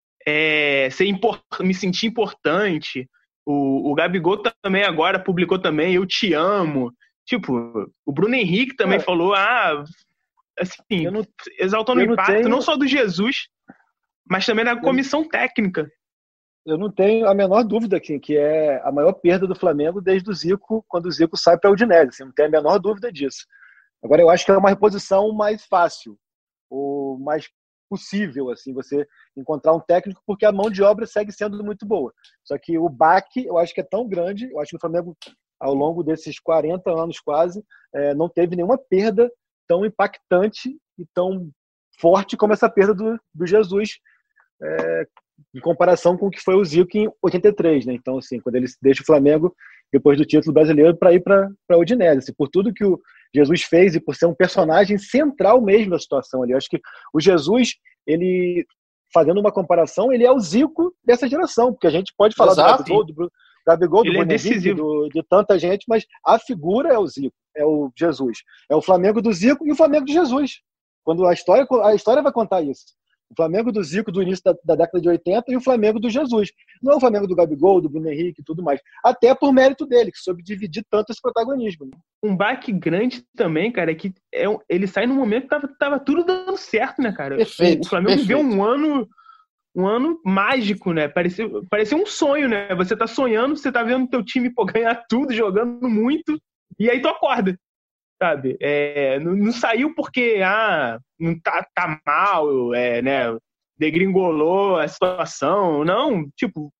é, ser import, me sentir importante. O, o Gabigol também agora publicou também, eu te amo. Tipo, o Bruno Henrique também é. falou, ah, assim, não, exaltando o impacto, não, tenho... não só do Jesus, mas também da comissão eu... técnica. Eu não tenho a menor dúvida aqui, que é a maior perda do Flamengo desde o Zico, quando o Zico sai para a Udinese. Assim, não tenho a menor dúvida disso. Agora, eu acho que é uma reposição mais fácil, ou mais possível, assim, você encontrar um técnico, porque a mão de obra segue sendo muito boa. Só que o baque, eu acho que é tão grande, eu acho que o Flamengo, ao longo desses quarenta anos quase, é, não teve nenhuma perda tão impactante e tão forte como essa perda do, do Jesus, é, em comparação com o que foi o Zico em oitenta e três, né? Então, assim, quando ele deixa o Flamengo depois do título brasileiro para ir para a Udinese, assim, por tudo que o Jesus fez e por ser um personagem central mesmo da situação ali. Eu acho que o Jesus, ele, fazendo uma comparação, ele é o Zico dessa geração, porque a gente pode falar Exato. do Gabigol, do Gabigol, do Bruno Henrique, do, de tanta gente, mas a figura é o Zico, é o Jesus. É o Flamengo do Zico e o Flamengo de Jesus. Quando a história, a história vai contar isso. O Flamengo do Zico do início da, da década de oitenta e o Flamengo do Jesus. Não é o Flamengo do Gabigol, do Bruno Henrique e tudo mais. Até por mérito dele, que soube dividir tanto esse protagonismo. Né? Um baque grande também, cara, é que é, ele sai num momento que tava, tava tudo dando certo, né, cara? Perfeito, o, o Flamengo perfeito. viveu um ano, um ano mágico, né? Parecia, parecia um sonho, né? Você tá sonhando, você tá vendo teu time pô, ganhar tudo, jogando muito, e aí tu acorda. Sabe? É, não, não saiu porque ah, não tá, tá mal, é, né? Degringolou a situação. Não, tipo,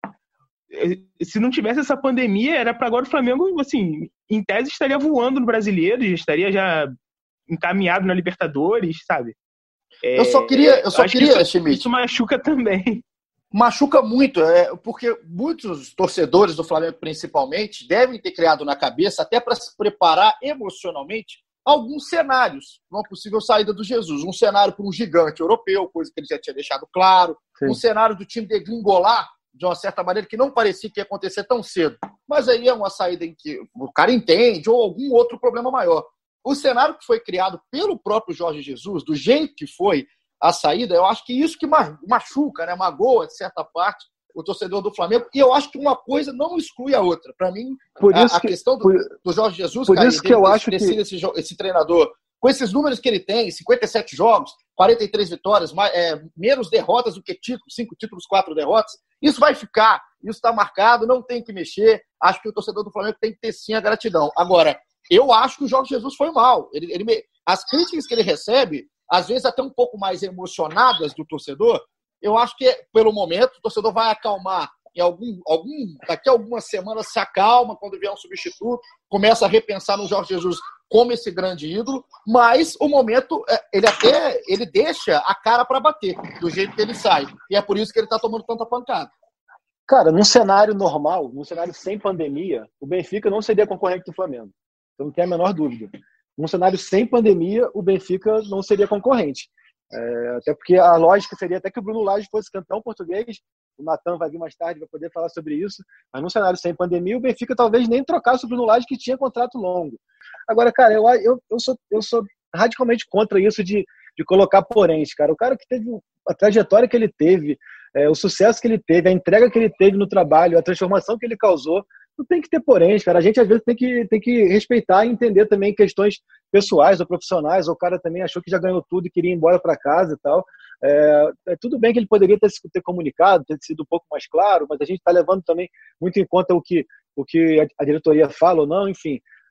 se não tivesse essa pandemia, era para agora o Flamengo, assim, em tese estaria voando no Brasileiro, já estaria já encaminhado na Libertadores, sabe? É, eu só queria, eu só queria, isso, Schmidt. Isso machuca também. Machuca muito, é, porque muitos torcedores do Flamengo, principalmente, devem ter criado na cabeça, até para se preparar emocionalmente, alguns cenários para uma possível saída do Jesus. Um cenário para um gigante europeu, coisa que ele já tinha deixado claro. Sim. Um cenário do time degringolar, de uma certa maneira, que não parecia que ia acontecer tão cedo. Mas aí é uma saída em que o cara entende, ou algum outro problema maior. O cenário que foi criado pelo próprio Jorge Jesus, do jeito que foi, a saída, eu acho que isso que machuca, né, magoa, de certa parte, o torcedor do Flamengo, e eu acho que uma coisa não exclui a outra. Para mim, a, a que, questão do, por, do Jorge Jesus, por cara, isso que eu acho que esse, esse treinador, com esses números que ele tem, cinquenta e sete jogos, quarenta e três vitórias, mais, é, menos derrotas do que títulos, cinco títulos, quatro derrotas, isso vai ficar, isso está marcado, não tem que mexer, acho que o torcedor do Flamengo tem que ter sim a gratidão. Agora, eu acho que o Jorge Jesus foi mal, ele, ele, as críticas que ele recebe, às vezes até um pouco mais emocionadas do torcedor, eu acho que, pelo momento, o torcedor vai acalmar. Em algum, algum, daqui a algumas semanas se acalma, quando vier um substituto, começa a repensar no Jorge Jesus como esse grande ídolo, mas o momento, ele até ele deixa a cara para bater, do jeito que ele sai. E é por isso que ele está tomando tanta pancada. Cara, num cenário normal, num cenário sem pandemia, o Benfica não seria concorrente do Flamengo. Então não tem a menor dúvida. Num cenário sem pandemia, o Benfica não seria concorrente. É, até porque a lógica seria até que o Bruno Lage fosse campeão português. O Natan vai vir mais tarde, vai poder falar sobre isso. Mas num cenário sem pandemia, o Benfica talvez nem trocasse o Bruno Lage, que tinha contrato longo. Agora, cara, eu, eu, eu, sou, eu sou radicalmente contra isso de, de colocar poréns, cara. O cara que teve a trajetória que ele teve, é, o sucesso que ele teve, a entrega que ele teve no trabalho, a transformação que ele causou, não tem que ter poréns, cara. A gente, às vezes, tem que, tem que respeitar e entender também questões pessoais ou profissionais. Ou o cara também achou que já ganhou tudo e queria ir embora para casa e tal. É, é, tudo bem que ele poderia ter, ter comunicado, ter sido um pouco mais claro, mas a gente está levando também muito em conta o que, o que a, a diretoria fala ou não, enfim.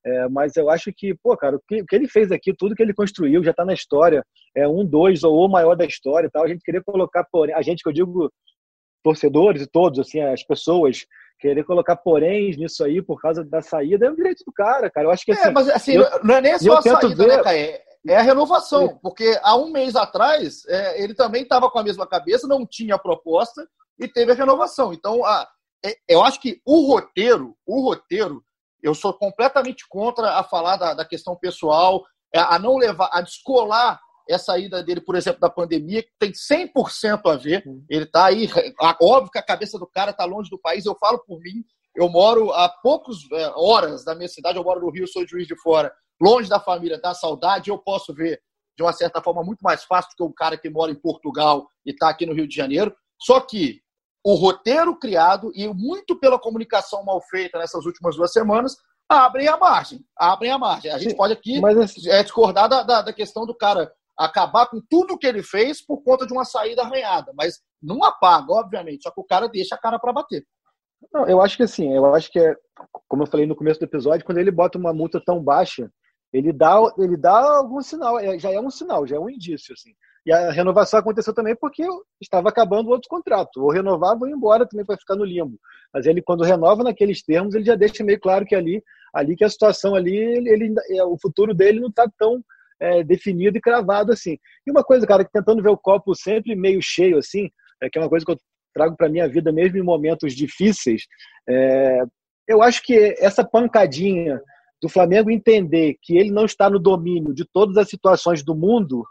É, mas eu acho que, pô, cara, o que, o que ele fez aqui, tudo que ele construiu já está na história, é um, dois ou o maior da história e tal. A gente querer colocar, porém, a gente que eu digo torcedores e todos, assim, as pessoas, querer colocar poréns nisso aí por causa da saída é o direito do cara, cara. Eu acho que assim. É, mas assim, eu, não é nem só a saída, ver... né, Caê? É a renovação, porque há um mês atrás é, ele também estava com a mesma cabeça, não tinha proposta e teve a renovação. Então, a, é, eu acho que o roteiro, o roteiro, eu sou completamente contra a falar da, da questão pessoal, a não levar, a descolar essa ida dele, por exemplo, da pandemia, que tem cem por cento a ver. Ele está aí, óbvio que a cabeça do cara está longe do país, eu falo por mim, eu moro a poucas é, horas da minha cidade, eu moro no Rio, sou de Juiz de Fora, longe da família, dá saudade, eu posso ver de uma certa forma muito mais fácil do que o cara que mora em Portugal e está aqui no Rio de Janeiro. Só que o roteiro criado, e muito pela comunicação mal feita nessas últimas duas semanas, abrem a margem. Abrem a margem. A gente Sim, pode aqui mas... é, discordar da, da, da questão do cara acabar com tudo que ele fez por conta de uma saída arranhada. Mas não apaga, obviamente, só que o cara deixa a cara para bater. Não, eu acho que assim, eu acho que é, como eu falei no começo do episódio, quando ele bota uma multa tão baixa, ele dá, ele dá algum sinal, já é um sinal, já é um indício, assim. E a renovação aconteceu também porque estava acabando o outro contrato. Ou renovava ou ia embora também para ficar no limbo. Mas ele, quando renova naqueles termos, ele já deixa meio claro que ali, ali que a situação ali, ele, ele, o futuro dele não está tão é, definido e cravado assim. E uma coisa, cara, que tentando ver o copo sempre meio cheio, assim, é, que é uma coisa que eu trago para minha vida mesmo em momentos difíceis, é, eu acho que essa pancadinha do Flamengo entender que ele não está no domínio de todas as situações do mundo,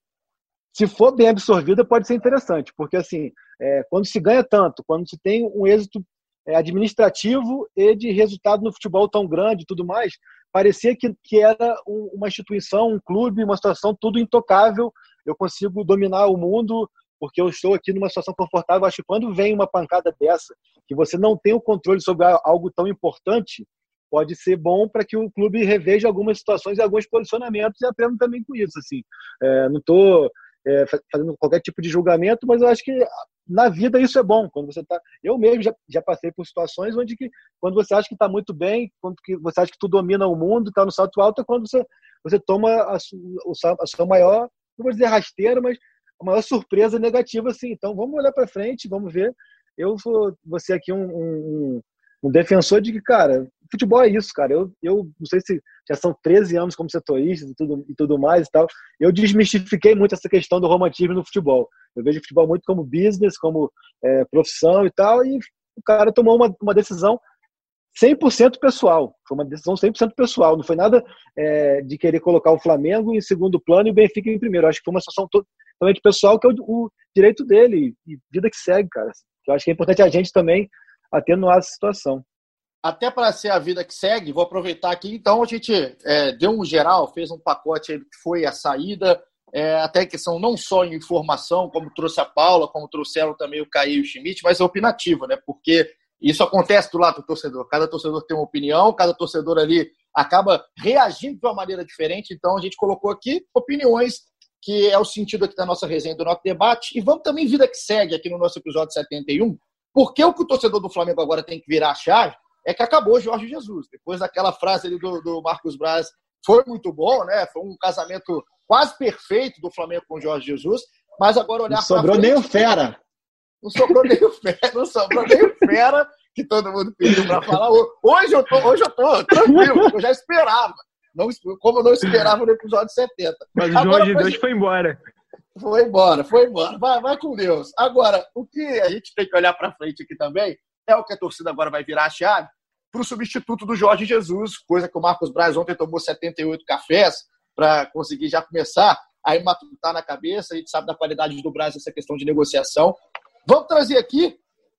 se for bem absorvida, pode ser interessante, porque assim, é, quando se ganha tanto, quando se tem um êxito é, administrativo e de resultado no futebol tão grande e tudo mais, parecia que, que era um, uma instituição, um clube, uma situação tudo intocável, eu consigo dominar o mundo, porque eu estou aqui numa situação confortável. Acho que quando vem uma pancada dessa, que você não tem o controle sobre algo tão importante, pode ser bom para que o clube reveja algumas situações e alguns posicionamentos e aprenda também com isso. Assim. É, não estou é, fazendo qualquer tipo de julgamento, mas eu acho que na vida isso é bom. Quando você tá, eu mesmo já, já passei por situações onde que, quando você acha que está muito bem, quando que você acha que tu domina o mundo, está no salto alto, é quando você, você toma a, a, a sua maior, não vou dizer rasteira, mas a maior surpresa negativa, assim. Então, vamos olhar para frente, vamos ver. Eu vou, vou ser aqui um, um, um defensor de que, cara, futebol é isso, cara. Eu, eu não sei se já são treze anos como setorista e tudo, e tudo mais e tal. Eu desmistifiquei muito essa questão do romantismo no futebol. Eu vejo o futebol muito como business, como é, profissão e tal, e o cara tomou uma, uma decisão cem por cento pessoal. Foi uma decisão cem por cento pessoal. Não foi nada é, de querer colocar o Flamengo em segundo plano e o Benfica em primeiro. Eu acho que foi uma situação totalmente pessoal, que é o, o direito dele. E vida que segue, cara. Eu acho que é importante a gente também atenuar essa situação. Até para ser a vida que segue, vou aproveitar aqui. Então, a gente é, deu um geral, fez um pacote aí que foi a saída, é, até questão não só em informação, como trouxe a Paula, como trouxeram também o Caí e o Schmidt, mas é opinativa, né? Porque isso acontece do lado do torcedor. Cada torcedor tem uma opinião, cada torcedor ali acaba reagindo de uma maneira diferente. Então, a gente colocou aqui opiniões, que é o sentido aqui da nossa resenha, do nosso debate. E vamos também vida que segue aqui no nosso episódio setenta e um, porque o que o torcedor do Flamengo agora tem que virar a chave é que acabou Jorge Jesus. Depois daquela frase ali do, do Marcos Braz, foi muito bom, né? Foi um casamento quase perfeito do Flamengo com Jorge Jesus. Mas agora olhar para frente... Não sobrou nem o fera. Não sobrou nem o fera, não sobrou nem o fera que todo mundo pediu para falar. Hoje eu tô, hoje eu tô tranquilo, eu já esperava. Não, como eu não esperava no episódio setenta. Mas o Jorge de Deus foi embora. Foi embora, foi embora. Vai, vai com Deus. Agora, o que a gente tem que olhar para frente aqui também é o que a torcida agora vai virar a chave para o substituto do Jorge Jesus, coisa que o Marcos Braz ontem tomou setenta e oito cafés para conseguir já começar a matutar na cabeça. A gente sabe da qualidade do Braz essa questão de negociação. Vamos trazer aqui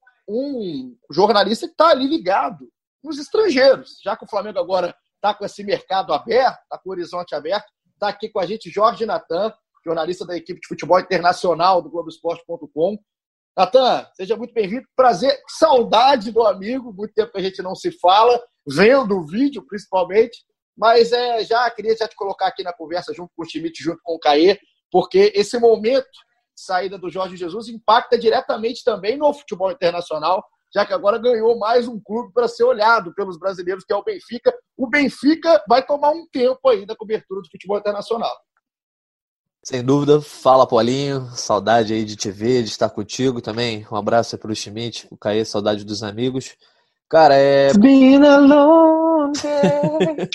um jornalista que está ali ligado nos estrangeiros, já que o Flamengo agora está com esse mercado aberto, está com o horizonte aberto. Está aqui com a gente Jorge Natan, jornalista da equipe de futebol internacional do Globo Esporte ponto com. Natan, seja muito bem-vindo. Prazer, saudade do amigo, muito tempo que a gente não se fala, vendo o vídeo principalmente, mas é, já queria já te colocar aqui na conversa junto com o Schmidt, junto com o Caê, porque esse momento de saída do Jorge Jesus impacta diretamente também no futebol internacional. já que agora ganhou mais um clube para ser olhado pelos brasileiros, que é o Benfica. O Benfica vai tomar um tempo aí da cobertura do futebol internacional. Sem dúvida. Fala, Paulinho. Saudade aí de te ver, de estar contigo também. Um abraço aí pro Schmidt, o Caê, saudade dos amigos. Cara, é... It's been a long day.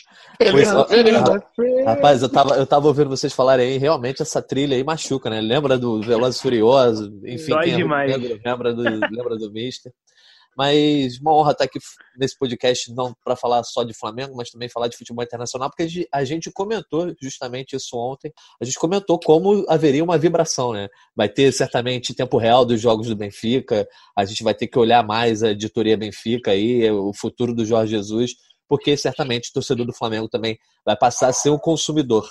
Rapaz, eu tava, eu tava ouvindo vocês falarem aí, realmente essa trilha aí machuca, né? Lembra do Velozes e Furiosos? Enfim, Dói quem demais. Lembra, lembra, do, lembra do Mister. Mas uma honra estar aqui nesse podcast, não para falar só de Flamengo, mas também falar de futebol internacional, porque a gente comentou justamente isso ontem. A gente comentou como haveria uma vibração, né? Vai ter certamente tempo real dos jogos do Benfica, a gente vai ter que olhar mais a editoria Benfica aí, o futuro do Jorge Jesus, porque certamente o torcedor do Flamengo também vai passar a ser um consumidor.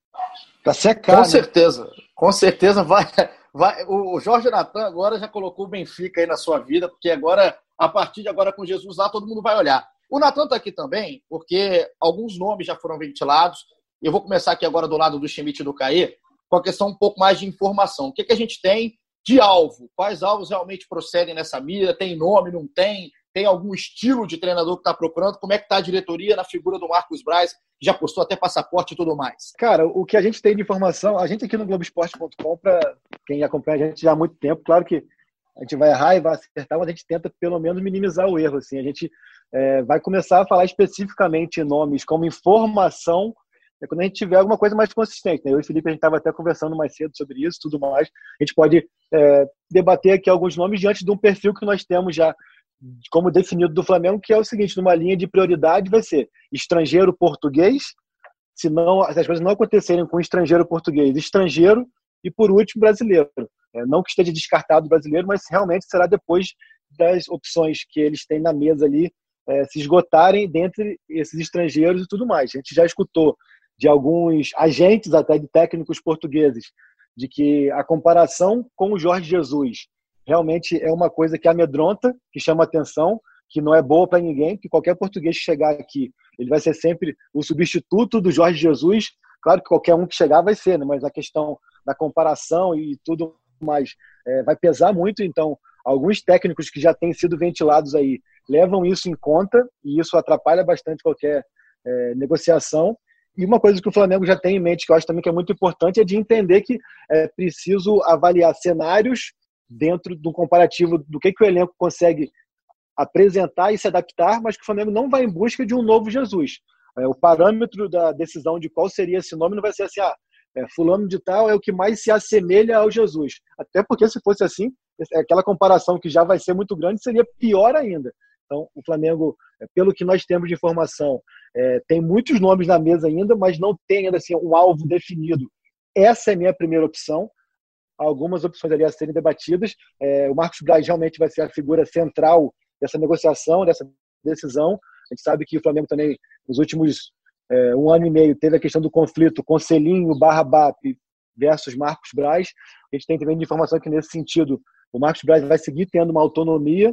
Pra secar, com né? certeza, com certeza vai, vai. O Jorge Natan agora já colocou o Benfica aí na sua vida, porque agora, a partir de agora com Jesus lá, todo mundo vai olhar. O Natan tá aqui também, porque alguns nomes já foram ventilados. Eu vou começar aqui agora do lado do Schmidt e do Caê, com a questão um pouco mais de informação. O que, que a gente tem de alvo? Quais alvos realmente procedem nessa mira? Tem nome, não tem? Tem algum estilo de treinador que está procurando? Como é que está a diretoria na figura do Marcos Braz, que já postou até passaporte e tudo mais? Cara, o que a gente tem de informação, a gente aqui no Globo Esporte ponto com, para quem acompanha a gente já há muito tempo, claro que a gente vai errar e vai acertar, mas a gente tenta pelo menos minimizar o erro. Assim. A gente é, vai começar a falar especificamente nomes como informação é quando a gente tiver alguma coisa mais consistente. Né? Eu e o Felipe, a gente estava até conversando mais cedo sobre isso, tudo mais. A gente pode é, debater aqui alguns nomes diante de um perfil que nós temos já como definido do Flamengo, que é o seguinte, numa linha de prioridade vai ser estrangeiro português, se, não, se as coisas não acontecerem com estrangeiro português, estrangeiro e, por último, brasileiro. É, não que esteja descartado o brasileiro, mas realmente será depois das opções que eles têm na mesa ali é, se esgotarem dentre esses estrangeiros e tudo mais. A gente já escutou de alguns agentes, até de técnicos portugueses, de que a comparação com o Jorge Jesus realmente é uma coisa que amedronta, que chama atenção, que não é boa para ninguém, que qualquer português que chegar aqui, ele vai ser sempre o substituto do Jorge Jesus. Claro que qualquer um que chegar vai ser, né? Mas a questão da comparação e tudo mais é, vai pesar muito. Então, alguns técnicos que já têm sido ventilados aí levam isso em conta e isso atrapalha bastante qualquer é, negociação. E uma coisa que o Flamengo já tem em mente, que eu acho também que é muito importante, é de entender que é preciso avaliar cenários dentro do comparativo do que, que o elenco consegue apresentar e se adaptar, mas que o Flamengo não vai em busca de um novo Jesus. É, o parâmetro da decisão de qual seria esse nome não vai ser assim, ah, é, fulano de tal é o que mais se assemelha ao Jesus. Até porque se fosse assim, aquela comparação que já vai ser muito grande seria pior ainda. Então, o Flamengo, pelo que nós temos de informação, é, tem muitos nomes na mesa ainda, mas não tem ainda assim, um alvo definido. Essa é a minha primeira opção. Algumas opções ali a serem debatidas. É, o Marcos Braz realmente vai ser a figura central dessa negociação, dessa decisão. A gente sabe que o Flamengo também, nos últimos é, um ano e meio, teve a questão do conflito Conselhinho barra B A P versus Marcos Braz. A gente tem também de informação que, nesse sentido, o Marcos Braz vai seguir tendo uma autonomia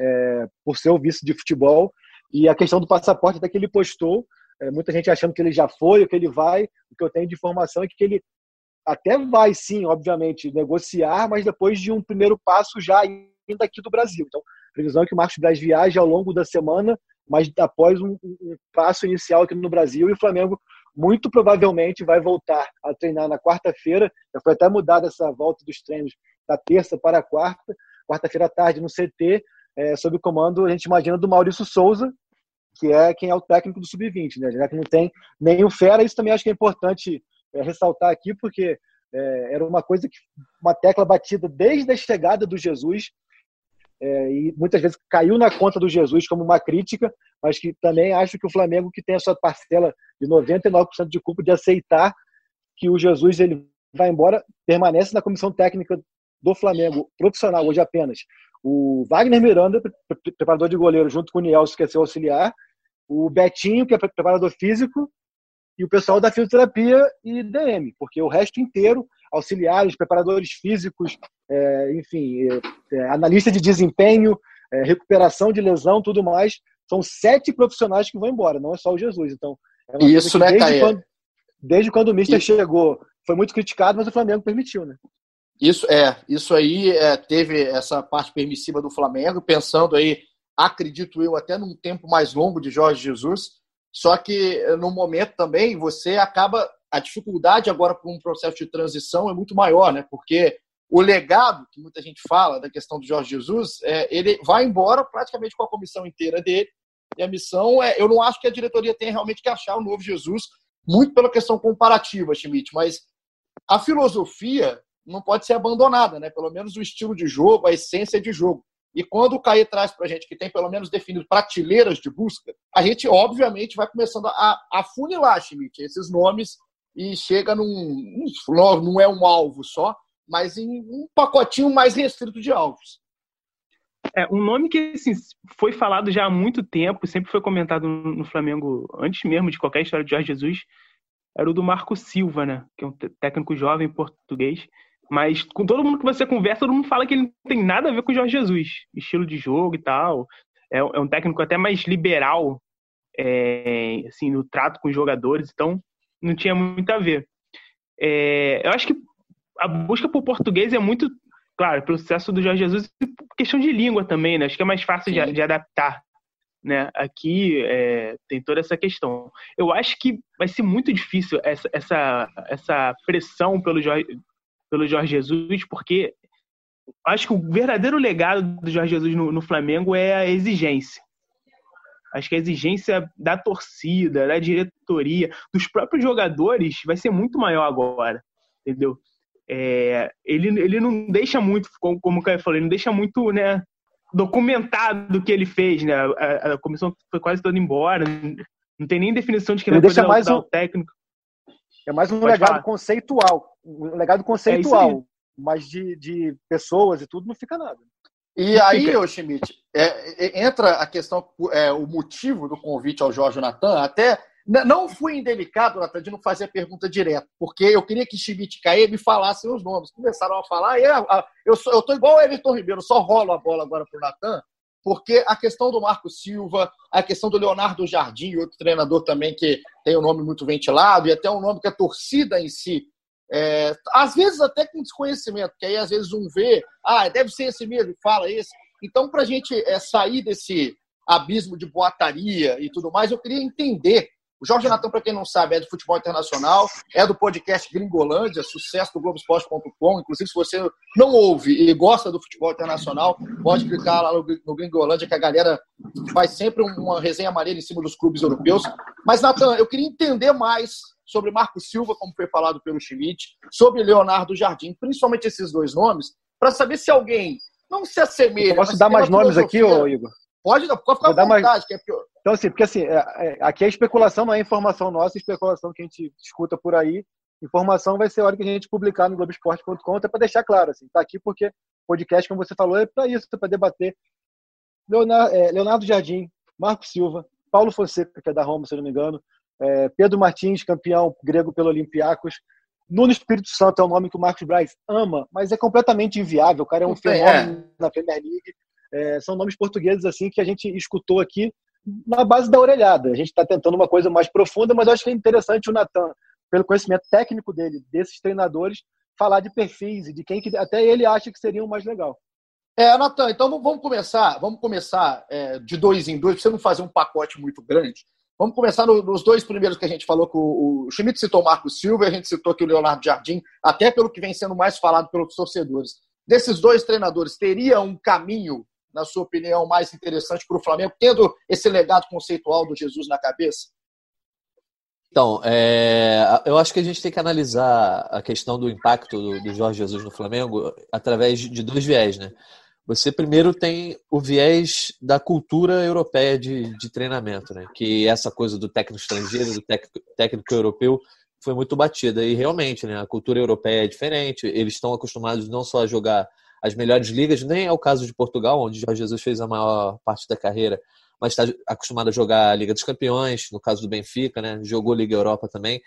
é, por ser o vice de futebol. E a questão do passaporte, até que ele postou, é, muita gente achando que ele já foi, ou que ele vai. O que eu tenho de informação é que ele até vai, sim, obviamente, negociar, mas depois de um primeiro passo já ainda aqui do Brasil. Então, a previsão é que o Marcos Braz viaje ao longo da semana, mas após um, um passo inicial aqui no Brasil, e o Flamengo muito provavelmente vai voltar a treinar na quarta-feira. Já foi até mudada essa volta dos treinos da terça para a quarta, quarta-feira à tarde no C T, é, sob o comando, a gente imagina, do Maurício Souza, que é quem é o técnico do sub vinte, né? Já que não tem nem o Fera. Isso também acho que é importante É, ressaltar aqui, porque é, era uma coisa que uma tecla batida desde a chegada do Jesus é, e muitas vezes caiu na conta do Jesus como uma crítica, mas que também acho que o Flamengo, que tem a sua parcela de noventa e nove por cento de culpa de aceitar que o Jesus ele vai embora, permanece na comissão técnica do Flamengo profissional hoje apenas o Wagner Miranda, preparador de goleiro, junto com o Nielsen, que é seu auxiliar, o Betinho, que é preparador físico, e o pessoal da fisioterapia e D M, porque o resto inteiro, auxiliares, preparadores físicos, é, enfim, é, analista de desempenho, é, recuperação de lesão, tudo mais, são sete profissionais que vão embora, não é só o Jesus. Então, é uma Isso, né, desde Caê? quando, desde quando o Mister e... chegou, foi muito criticado, mas o Flamengo permitiu, né? Isso é, isso aí é, teve essa parte permissiva do Flamengo, pensando aí, acredito eu, até num tempo mais longo de Jorge Jesus, só que no momento também você acaba, a dificuldade agora para um processo de transição é muito maior, né? Porque o legado, que muita gente fala da questão do Jorge Jesus, é, ele vai embora praticamente com a comissão inteira dele, e a missão é, eu não acho que a diretoria tenha realmente que achar o novo Jesus, muito pela questão comparativa, Schmidt, mas a filosofia não pode ser abandonada, né? Pelo menos o estilo de jogo, a essência de jogo. E quando o Caê traz para a gente que tem pelo menos definido prateleiras de busca, a gente, obviamente, vai começando a, a funilar, Schmidt, esses nomes e chega num... Não é um alvo só, mas em um pacotinho mais restrito de alvos. É, um nome que assim, foi falado já há muito tempo, sempre foi comentado no Flamengo, antes mesmo de qualquer história de Jorge Jesus, era o do Marco Silva, né? Que é um técnico jovem português. Mas com todo mundo que você conversa, todo mundo fala que ele não tem nada a ver com o Jorge Jesus. Estilo de jogo e tal. É, é um técnico até mais liberal, é, assim, no trato com os jogadores. Então, não tinha muito a ver. É, eu acho que a busca por português é muito, claro, pelo sucesso do Jorge Jesus e por questão de língua também, né? Acho que é mais fácil de, de adaptar. Né? Aqui é, tem toda essa questão. Eu acho que vai ser muito difícil essa, essa, essa pressão pelo Jorge, pelo Jorge Jesus, porque acho que o verdadeiro legado do Jorge Jesus no, no Flamengo é a exigência. Acho que a exigência da torcida, da diretoria, dos próprios jogadores vai ser muito maior agora, entendeu? É, ele, ele não deixa muito, como, como o Caio falou, ele não deixa muito, né, documentado o que ele fez, né? A, a comissão foi quase toda embora, não tem nem definição de quem ele vai deixa poder mais o um, técnico. É mais um Pode legado falar. conceitual, um legado conceitual, é mas de, de pessoas e tudo não fica nada. E aí, ô Schmidt, é, é, entra a questão, é, o motivo do convite ao Jorge Natan, até não fui indelicado, Natan, de não fazer a pergunta direto, porque eu queria que Schmidt e Caê me falassem os nomes. Começaram a falar, e eu, eu, sou, eu tô igual o Everton Ribeiro, só rolo a bola agora pro Natan, porque a questão do Marco Silva, a questão do Leonardo Jardim, outro treinador também que tem um nome muito ventilado, e até um nome que a torcida em si, é, às vezes até com desconhecimento, que aí às vezes um vê, ah, deve ser esse mesmo, fala esse. Então, para a gente é, sair desse abismo de boataria e tudo mais, eu queria entender. O Jorge Natan, para quem não sabe, é do futebol internacional, é do podcast Gringolândia, sucesso do Globo Esporte ponto com. Inclusive, se você não ouve e gosta do futebol internacional, pode clicar lá no Gringolândia, que a galera faz sempre uma resenha maneira em cima dos clubes europeus. Mas, Natan, eu queria entender mais sobre Marco Silva, como foi falado pelo Schmidt, sobre Leonardo Jardim, principalmente esses dois nomes, para saber se alguém não se assemelha. Posso dar mais nomes aqui, ô Igor? Pode, pode ficar à vontade, mais... que é pior. Então, assim, porque assim, é, é, aqui a especulação não é informação nossa, a especulação que a gente escuta por aí. Informação vai ser a hora que a gente publicar no Globo Esporte ponto com, até para deixar claro, assim, tá aqui porque podcast, como você falou, é para isso, é para debater. Leonardo, é, Leonardo Jardim, Marco Silva, Paulo Fonseca, que é da Roma, se eu não me engano, é, Pedro Martins, campeão grego pelo Olympiacos, Nuno Espírito Santo é um nome que o Marcos Braz ama, mas é completamente inviável, o cara é um fenômeno é. na Premier League. É, são nomes portugueses assim que a gente escutou aqui na base da orelhada. A gente está tentando uma coisa mais profunda, mas eu acho que é interessante o Natan, pelo conhecimento técnico dele, desses treinadores, falar de perfis e de quem que até ele acha que seria o mais legal. É, Natan, então vamos começar, vamos começar é, de dois em dois, para você não fazer um pacote muito grande. Vamos começar no, nos dois primeiros que a gente falou, que o, o Schmidt citou o Marco Silva, a gente citou aqui o Leonardo Jardim, até pelo que vem sendo mais falado pelos torcedores. Desses dois treinadores, teria um caminho, na sua opinião, mais interessante para o Flamengo, tendo esse legado conceitual do Jesus na cabeça? Então, é, eu acho que a gente tem que analisar a questão do impacto do, do Jorge Jesus no Flamengo através de dois viés, né? Você primeiro tem o viés da cultura europeia de, de treinamento, né? Que essa coisa do técnico estrangeiro, do técnico, técnico europeu, foi muito batida. E realmente, né, a cultura europeia é diferente, eles estão acostumados não só a jogar as melhores ligas, nem é o caso de Portugal, onde Jorge Jesus fez a maior parte da carreira, mas está acostumado a jogar a Liga dos Campeões, no caso do Benfica, né? Jogou Liga Europa também.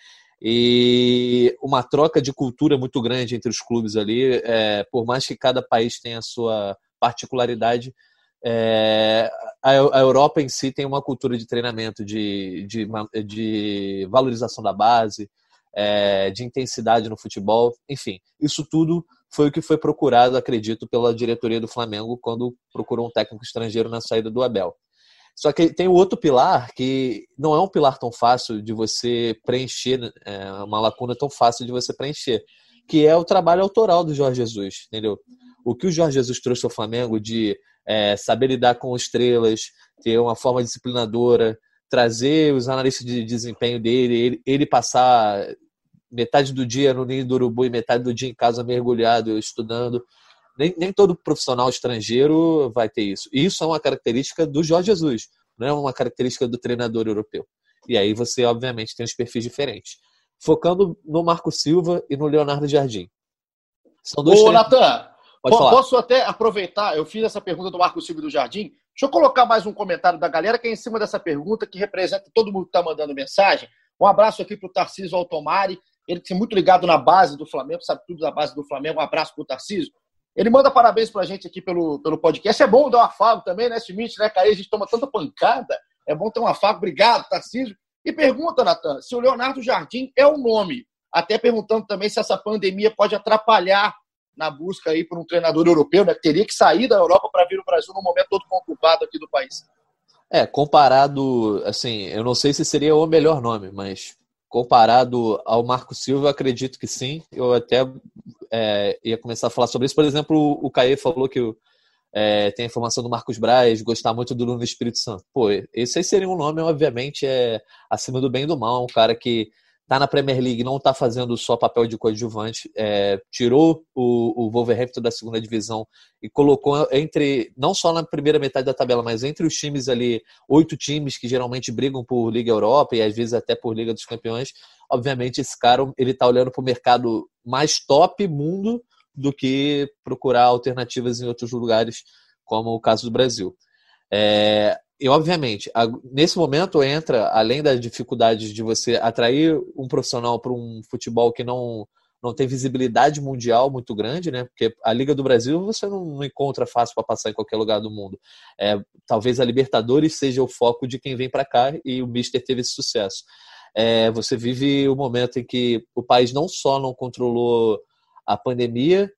E uma troca de cultura muito grande entre os clubes ali, é, por mais que cada país tenha a sua particularidade, é, a, a Europa em si tem uma cultura de treinamento, de, de, de valorização da base, é, de intensidade no futebol, enfim, isso tudo foi o que foi procurado, acredito, pela diretoria do Flamengo quando procurou um técnico estrangeiro na saída do Abel. Só que tem o outro pilar que não é um pilar tão fácil de você preencher, é uma lacuna tão fácil de você preencher, que é o trabalho autoral do Jorge Jesus, entendeu? O que o Jorge Jesus trouxe ao Flamengo de é, saber lidar com estrelas, ter uma forma disciplinadora, trazer os analistas de desempenho dele, ele, ele passar metade do dia no Ninho do Urubu e metade do dia em casa mergulhado, estudando. Nem, nem todo profissional estrangeiro vai ter isso. E isso é uma característica do Jorge Jesus, não é uma característica do treinador europeu. E aí você, obviamente, tem os perfis diferentes. Focando no Marco Silva e no Leonardo Jardim. São dois Ô, treinadores... Natan, posso até aproveitar, eu fiz essa pergunta do Marco Silva e do Jardim. Deixa eu colocar mais um comentário da galera que é em cima dessa pergunta, que representa todo mundo que está mandando mensagem. Um abraço aqui para o Tarcísio Altomari, ele que é muito ligado na base do Flamengo, sabe tudo da base do Flamengo. Um abraço para o Tarcísio. Ele manda parabéns para a gente aqui pelo, pelo podcast. É bom dar um afago também, né, Schmidt, né, Caí? A gente toma tanta pancada. É bom ter um afago. Obrigado, Tarcísio. E pergunta, Natan, se o Leonardo Jardim é o nome. Até perguntando também se essa pandemia pode atrapalhar na busca aí por um treinador europeu, né? Que teria que sair da Europa para vir no Brasil num momento todo conturbado aqui do país. É, comparado, assim, eu não sei se seria o melhor nome, mas comparado ao Marco Silva, eu acredito que sim. Eu até é, ia começar a falar sobre isso. Por exemplo, o Caê falou que é, tem a informação do Marcos Braz, gostar muito do Nuno Espírito Santo. Pô, esse aí seria um nome, obviamente, é, acima do bem e do mal. Um cara que tá na Premier League, não tá fazendo só papel de coadjuvante, é, tirou o, o Wolverhampton da segunda divisão e colocou entre, não só na primeira metade da tabela, mas entre os times ali, oito times que geralmente brigam por Liga Europa e às vezes até por Liga dos Campeões. Obviamente esse cara, ele tá olhando pro mercado mais top mundo do que procurar alternativas em outros lugares, como o caso do Brasil. É, e, obviamente, nesse momento entra, além das dificuldades de você atrair um profissional para um futebol que não, não tem visibilidade mundial muito grande, né? Porque a Liga do Brasil você não, não encontra fácil para passar em qualquer lugar do mundo. É, talvez a Libertadores seja o foco de quem vem para cá e o Mister teve esse sucesso. É, você vive o momento em que o país não só não controlou a pandemia,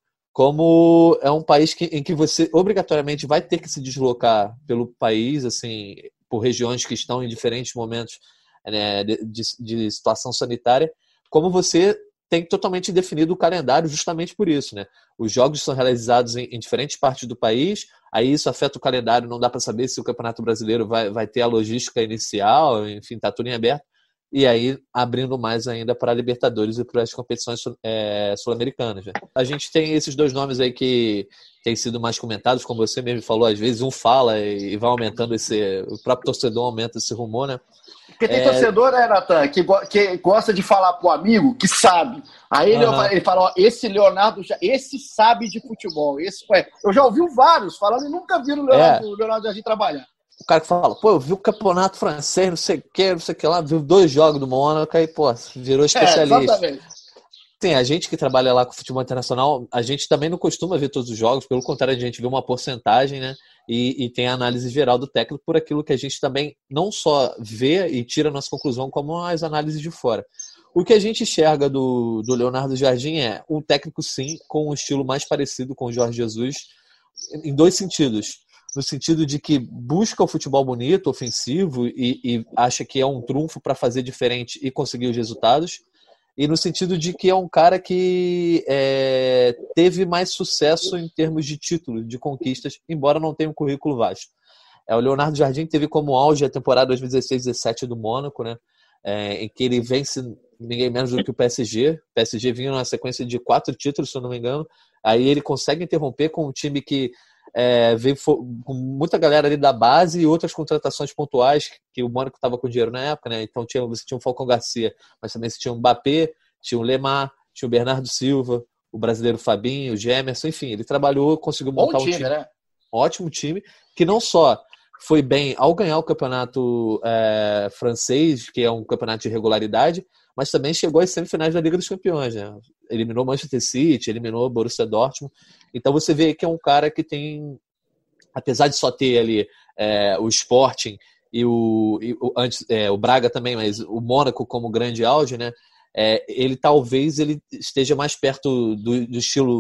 como é um país que, em que você obrigatoriamente vai ter que se deslocar pelo país, assim, por regiões que estão em diferentes momentos, né, de, de, de situação sanitária, como você tem totalmente definido o calendário justamente por isso, né? Os jogos são realizados em, em diferentes partes do país, aí isso afeta o calendário, não dá para saber se o Campeonato Brasileiro vai, vai ter a logística inicial, enfim, está tudo em aberto. E aí abrindo mais ainda para a Libertadores e para as competições é, sul-americanas. Né? A gente tem esses dois nomes aí que têm sido mais comentados, como você mesmo falou, às vezes um fala e vai aumentando esse... O próprio torcedor aumenta esse rumor, né? Porque tem é... torcedor, né, Natan, que, que gosta de falar pro amigo que sabe. Aí ele, uhum. ele fala, ó, esse Leonardo, já, esse sabe de futebol. Esse, ué, eu já ouvi vários falando e nunca vi o Leonardo, é. o Leonardo Jardim trabalhar. O cara que fala, pô, eu vi o campeonato francês, não sei o que, não sei o que lá, viu dois jogos do Mônaco, aí, pô, virou especialista. É, exatamente. Tem a gente que trabalha lá com futebol internacional, a gente também não costuma ver todos os jogos, pelo contrário, a gente vê uma porcentagem, né, e, e tem a análise geral do técnico por aquilo que a gente também não só vê e tira a nossa conclusão, como as análises de fora. O que a gente enxerga do, do Leonardo Jardim é um técnico, sim, com um estilo mais parecido com o Jorge Jesus, em dois sentidos. No sentido de que busca o futebol bonito, ofensivo, e, e acha que é um trunfo para fazer diferente e conseguir os resultados. E no sentido de que é um cara que é, teve mais sucesso em termos de títulos, de conquistas, embora não tenha um currículo vasto. É, o Leonardo Jardim teve como auge a temporada dois mil e dezesseis dezessete do Mônaco, né, é, em que ele vence ninguém menos do que o P S G. O P S G vinha numa sequência de quatro títulos, se eu não me engano. Aí ele consegue interromper com um time que É, veio com muita galera ali da base e outras contratações pontuais, que o Mônaco estava com dinheiro na época, né? Então tinha, você tinha o Falcão Garcia, mas também você tinha o Mbappé, tinha o Lemar, tinha o Bernardo Silva, o brasileiro Fabinho, o Gemerson, enfim, ele trabalhou, conseguiu montar Bom time, um time, né? um ótimo time, que não só foi bem ao ganhar o campeonato é, francês, que é um campeonato de regularidade, mas também chegou às semifinais da Liga dos Campeões, né? Eliminou Manchester City, eliminou Borussia Dortmund. Então você vê que é um cara que tem, apesar de só ter ali é, o Sporting e o, e o, antes, é, o Braga também, mas o Mônaco como grande auge, né? É, ele talvez ele esteja mais perto do, do estilo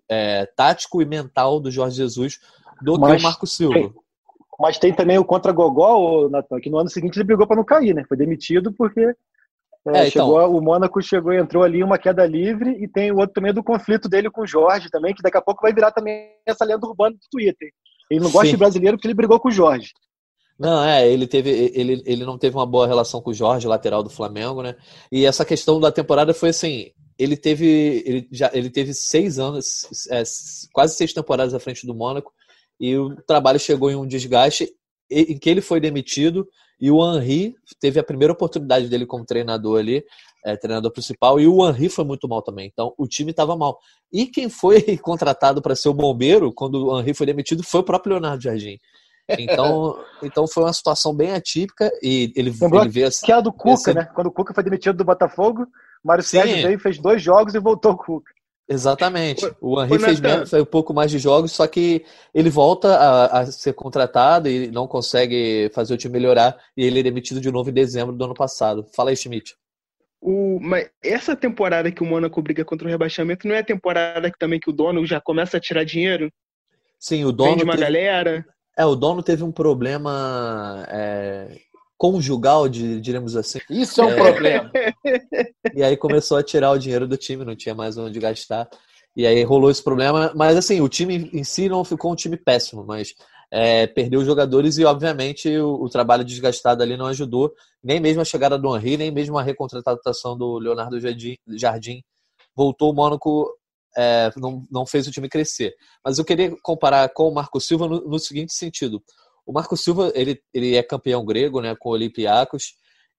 é, tático e mental do Jorge Jesus do Mas que o Marco Silva. Tem, mas tem também o contra-gogó, Natan, que no ano seguinte ele brigou para não cair, né? Foi demitido porque é, É, chegou, então, o Mônaco chegou e entrou ali em uma queda livre, e tem o outro também do conflito dele com o Jorge também, que daqui a pouco vai virar também essa lenda urbana do Twitter. Ele não gosta sim. de brasileiro porque ele brigou com o Jorge. Não, é, ele teve, ele, ele não teve uma boa relação com o Jorge, lateral do Flamengo, né? E essa questão da temporada foi assim, ele teve, ele já, ele teve seis anos, é, quase seis temporadas à frente do Mônaco, e o trabalho chegou em um desgaste em que ele foi demitido, e o Henry teve a primeira oportunidade dele como treinador ali, é, treinador principal, e o Henry foi muito mal também. Então, o time estava mal. E quem foi contratado para ser o bombeiro quando o Henry foi demitido foi o próprio Leonardo Jardim. Então, então foi uma situação bem atípica, e ele, Lembrou ele veio assim, que é a do Cuca, essa... né? Quando o Cuca foi demitido do Botafogo, Mário Sim. Sérgio veio, fez dois jogos e voltou o Cuca. Exatamente. O Ô, Henry fez, Nathan. menos, fez um pouco mais de jogos, só que ele volta a, a ser contratado e não consegue fazer o time melhorar, e ele é demitido de novo em dezembro do ano passado. Fala aí, Schmidt. O, mas essa temporada que o Mônaco briga contra o rebaixamento não é a temporada que também que o dono já começa a tirar dinheiro? Sim, o dono Vende uma teve, galera. é, o dono teve um problema é, conjugal, de, diremos assim. Isso é um É. problema. E aí começou a tirar o dinheiro do time, não tinha mais onde gastar. E aí rolou esse problema. Mas assim, o time em si não ficou um time péssimo, mas é, perdeu os jogadores e, obviamente, o, o trabalho desgastado ali não ajudou. Nem mesmo a chegada do Henry, nem mesmo a recontratação do Leonardo Jardim. Jardim. Voltou o Mônaco, é, não, não fez o time crescer. Mas eu queria comparar com o Marco Silva no, no seguinte sentido. O Marco Silva, ele, ele é campeão grego, né, com o Olympiacos.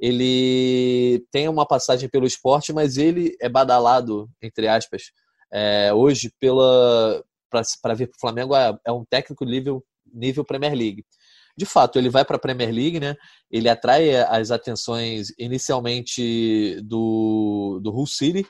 Ele tem uma passagem pelo esporte, mas ele é badalado, entre aspas, é, hoje para vir para o Flamengo é, é um técnico nível, nível Premier League. De fato, ele vai para a Premier League, né? Ele atrai as atenções inicialmente do, do Hull City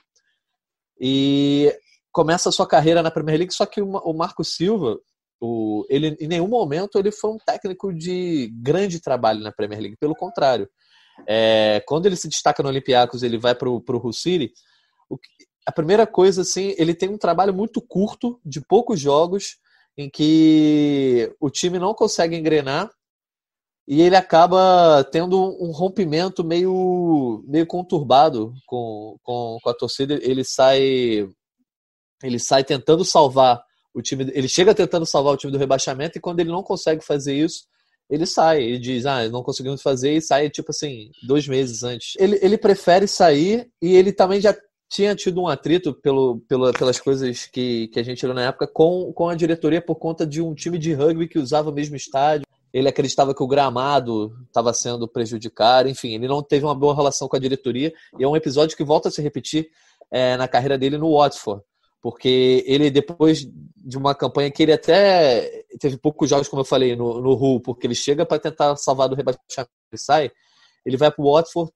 e começa a sua carreira na Premier League, só que o, o Marco Silva, o, ele, em nenhum momento ele foi um técnico de grande trabalho na Premier League, pelo contrário. É, quando ele se destaca no Olympiacos, ele vai para o Hull City. O que, a primeira coisa, assim, ele tem um trabalho muito curto, de poucos jogos, em que o time não consegue engrenar e ele acaba tendo um rompimento meio, meio conturbado com, com, com a torcida. Ele sai, ele sai tentando salvar o time, ele chega tentando salvar o time do rebaixamento, e quando ele não consegue fazer isso, ele sai, ele diz, ah, não conseguimos fazer, e sai, tipo assim, dois meses antes. Ele, ele prefere sair, e ele também já tinha tido um atrito pelo, pelo, pelas coisas que, que a gente viu na época com, com a diretoria por conta de um time de rugby que usava o mesmo estádio. Ele acreditava que o gramado estava sendo prejudicado, enfim, ele não teve uma boa relação com a diretoria, e é um episódio que volta a se repetir é, na carreira dele no Watford. Porque ele, depois de uma campanha que ele até teve poucos jogos, como eu falei, no, no Hull, porque ele chega para tentar salvar do rebaixamento e sai, ele vai para o Watford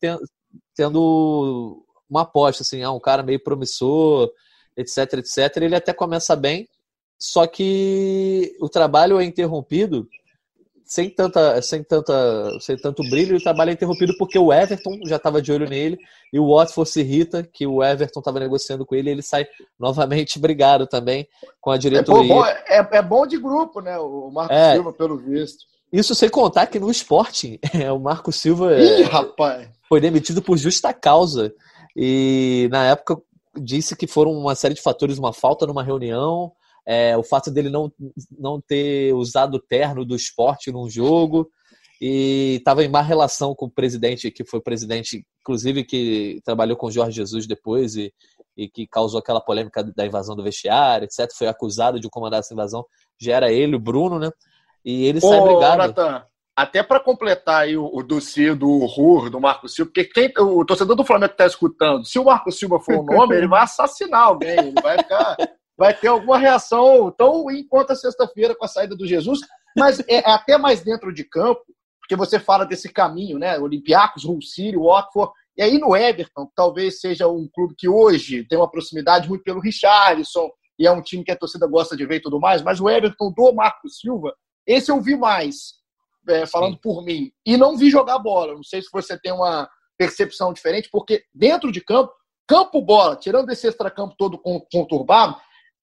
tendo uma aposta, assim, ah, um cara meio promissor, etc, etcétera. Ele até começa bem, só que o trabalho é interrompido sem, tanta, sem, tanta, sem tanto brilho, e o trabalho é interrompido porque o Everton já estava de olho nele, e o Watford se irrita que o Everton estava negociando com ele, e ele sai novamente brigado também com a diretoria. É bom, é, é bom de grupo, né, o Marco é, Silva, pelo visto. Isso sem contar que no Sporting, o Marco Silva Ih, é, rapaz. foi demitido por justa causa, e na época disse que foram uma série de fatores, uma falta numa reunião, É, o fato dele não, não ter usado o terno do esporte num jogo, e estava em má relação com o presidente, que foi o presidente, inclusive, que trabalhou com o Jorge Jesus depois e, e que causou aquela polêmica da invasão do vestiário, etcétera. Foi acusado de comandar essa invasão. Já era ele, o Bruno, né? E ele sai Ô, brigado. Nathan, até para completar aí o, o dossiê do Ruhr, do Marco Silva, porque quem, o torcedor do Flamengo que está escutando, se o Marco Silva for o nome, ele vai assassinar alguém, ele vai ficar... vai ter alguma reação tão enquanto a sexta-feira com a saída do Jesus, mas é até mais dentro de campo, porque você fala desse caminho, né? Olympiacos, Hull City, Watford, e aí no Everton, que talvez seja um clube que hoje tem uma proximidade muito pelo Richarlison, e é um time que a torcida gosta de ver e tudo mais, mas o Everton do Marco Silva, esse eu vi mais, é, falando Sim. por mim, e não vi jogar bola. Não sei se você tem uma percepção diferente, porque dentro de campo, campo-bola, tirando esse extracampo todo conturbado, a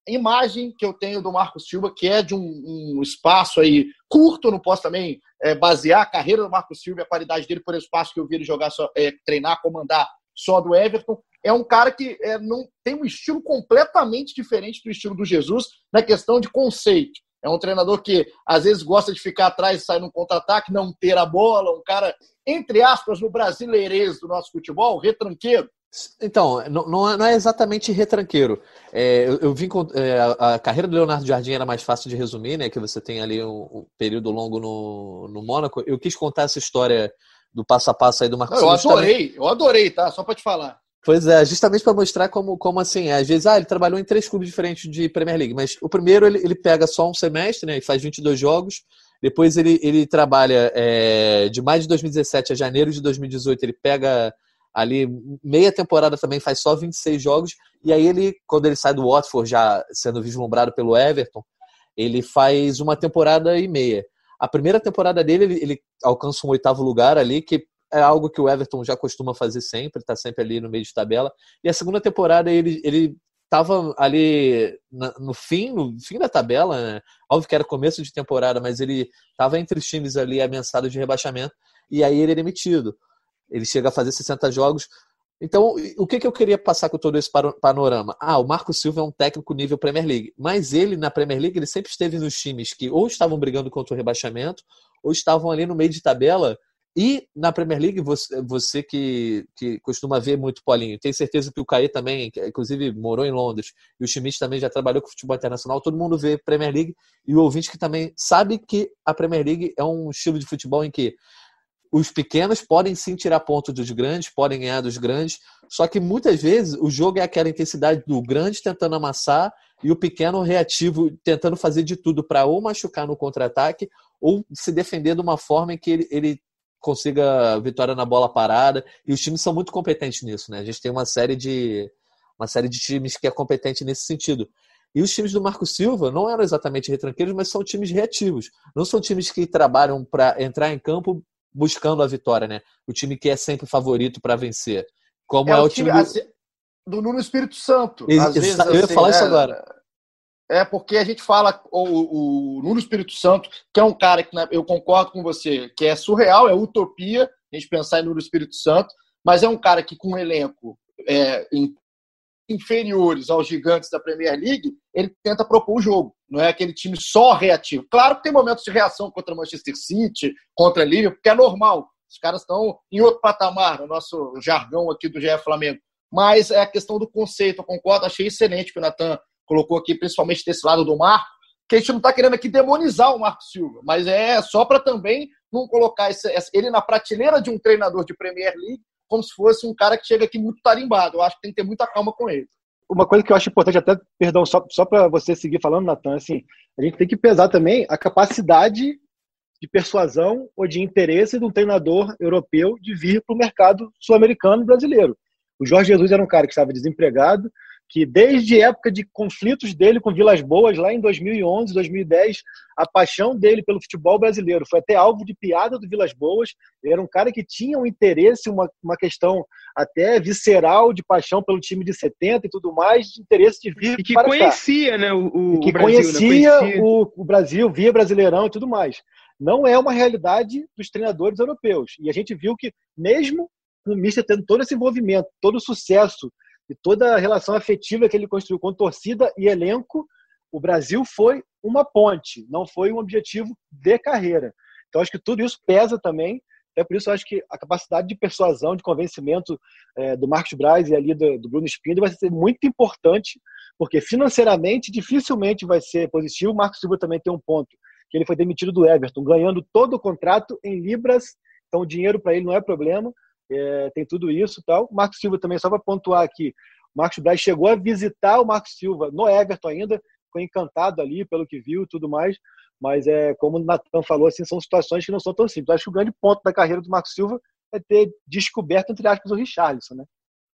imagem que eu tenho do Marco Silva, que é de um, um espaço aí curto, não posso também é, basear a carreira do Marco Silva e a qualidade dele por esse espaço que eu vi ele jogar, só, é, treinar, comandar só do Everton. É um cara que é, não, tem um estilo completamente diferente do estilo do Jesus na questão de conceito. É um treinador que, às vezes, gosta de ficar atrás e sair num contra-ataque, não ter a bola. Um cara, entre aspas, no brasileirês do nosso futebol, retranqueiro. Então, não, não, é, não é exatamente retranqueiro. É, eu, eu vim com, é, a, a carreira do Leonardo Jardim era mais fácil de resumir, né? Que você tem ali um, um período longo no, no Mônaco. Eu quis contar essa história do passo a passo aí do Marcos Silva. Eu adorei, também. eu adorei, tá? Só pra te falar. Pois é, justamente para mostrar como, como assim, às vezes, ah, ele trabalhou em três clubes diferentes de Premier League, mas o primeiro ele, ele pega só um semestre, né, e faz vinte e dois jogos, depois ele, ele trabalha é, de maio de dois mil e dezessete a janeiro de dois mil e dezoito, ele pega ali meia temporada também, faz só vinte e seis jogos, e aí ele, quando ele sai do Watford, já sendo vislumbrado pelo Everton, ele faz uma temporada e meia. A primeira temporada dele, ele, ele alcança um oitavo lugar ali, que é algo que o Everton já costuma fazer sempre, está sempre ali no meio de tabela. E a segunda temporada ele ele estava ali na, no fim, no fim da tabela, né? Óbvio que era começo de temporada, mas ele estava entre os times ali ameaçados de rebaixamento, e aí ele é demitido. Ele chega a fazer sessenta jogos. Então, o que, que eu queria passar com todo esse panorama? Ah, o Marco Silva é um técnico nível Premier League, mas ele, na Premier League, ele sempre esteve nos times que ou estavam brigando contra o rebaixamento, ou estavam ali no meio de tabela. E na Premier League, você, você que, que costuma ver muito Paulinho, tenho certeza que o Caê também, que inclusive morou em Londres, e o Schmidt também já trabalhou com futebol internacional, todo mundo vê Premier League, e o ouvinte que também sabe que a Premier League é um estilo de futebol em que os pequenos podem sim tirar ponto dos grandes, podem ganhar dos grandes, só que muitas vezes o jogo é aquela intensidade do grande tentando amassar e o pequeno reativo tentando fazer de tudo para ou machucar no contra-ataque ou se defender de uma forma em que ele, ele consiga vitória na bola parada, e os times são muito competentes nisso, né? A gente tem uma série de uma série de times que é competente nesse sentido. E os times do Marco Silva não eram exatamente retranqueiros, mas são times reativos. Não são times que trabalham para entrar em campo buscando a vitória, né? O time que é sempre favorito para vencer. Como é, é o time, time do... Assim, do Nuno Espírito Santo. Ex- Às vezes, eu ia assim, falar né? isso agora. É porque a gente fala o, o Nuno Espírito Santo, que é um cara que, né, eu concordo com você, que é surreal, é utopia a gente pensar em Nuno Espírito Santo, mas é um cara que com um elenco é, em, inferiores aos gigantes da Premier League, ele tenta propor o jogo. Não é aquele time só reativo. Claro que tem momentos de reação contra Manchester City, contra Liverpool, porque é normal. Os caras estão em outro patamar, no nosso jargão aqui do G E Flamengo. Mas é a questão do conceito, eu concordo, achei excelente que o Natan colocou aqui, principalmente desse lado do Marco, que a gente não está querendo aqui demonizar o Marco Silva, mas é só para também não colocar esse, ele na prateleira de um treinador de Premier League como se fosse um cara que chega aqui muito tarimbado. Eu acho que tem que ter muita calma com ele. Uma coisa que eu acho importante, até, perdão, só, só para você seguir falando, Natan, assim, a gente tem que pesar também a capacidade de persuasão ou de interesse de um treinador europeu de vir para o mercado sul-americano e brasileiro. O Jorge Jesus era um cara que estava desempregado, que desde a época de conflitos dele com Vilas Boas, lá em dois mil e onze, dois mil e dez, a paixão dele pelo futebol brasileiro foi até alvo de piada do Vilas Boas. Ele era um cara que tinha um interesse, uma, uma questão até visceral de paixão pelo time de setenta e tudo mais, de interesse de vir e que para conhecia, cá. né, o, o e que Brasil, conhecia, né? conhecia. O, o Brasil, via Brasileirão e tudo mais. Não é uma realidade dos treinadores europeus. E a gente viu que, mesmo com o Mister tendo todo esse envolvimento, todo o sucesso e toda a relação afetiva que ele construiu com torcida e elenco, o Brasil foi uma ponte, não foi um objetivo de carreira. Então, acho que tudo isso pesa também. Até por isso, eu acho que a capacidade de persuasão, de convencimento é, do Marcos Braz e ali do, do Bruno Spindler vai ser muito importante, porque financeiramente dificilmente vai ser positivo. O Marcos Silva também tem um ponto, que ele foi demitido do Everton, ganhando todo o contrato em libras, então o dinheiro para ele não é problema. É, tem tudo isso e tal. O Marcos Silva também, só para pontuar aqui, o Marcos Braz chegou a visitar o Marcos Silva no Everton ainda, ficou encantado ali pelo que viu e tudo mais, mas é, como o Natan falou, assim, são situações que não são tão simples. Acho que o grande ponto da carreira do Marcos Silva é ter descoberto, entre aspas, o Richarlison, né?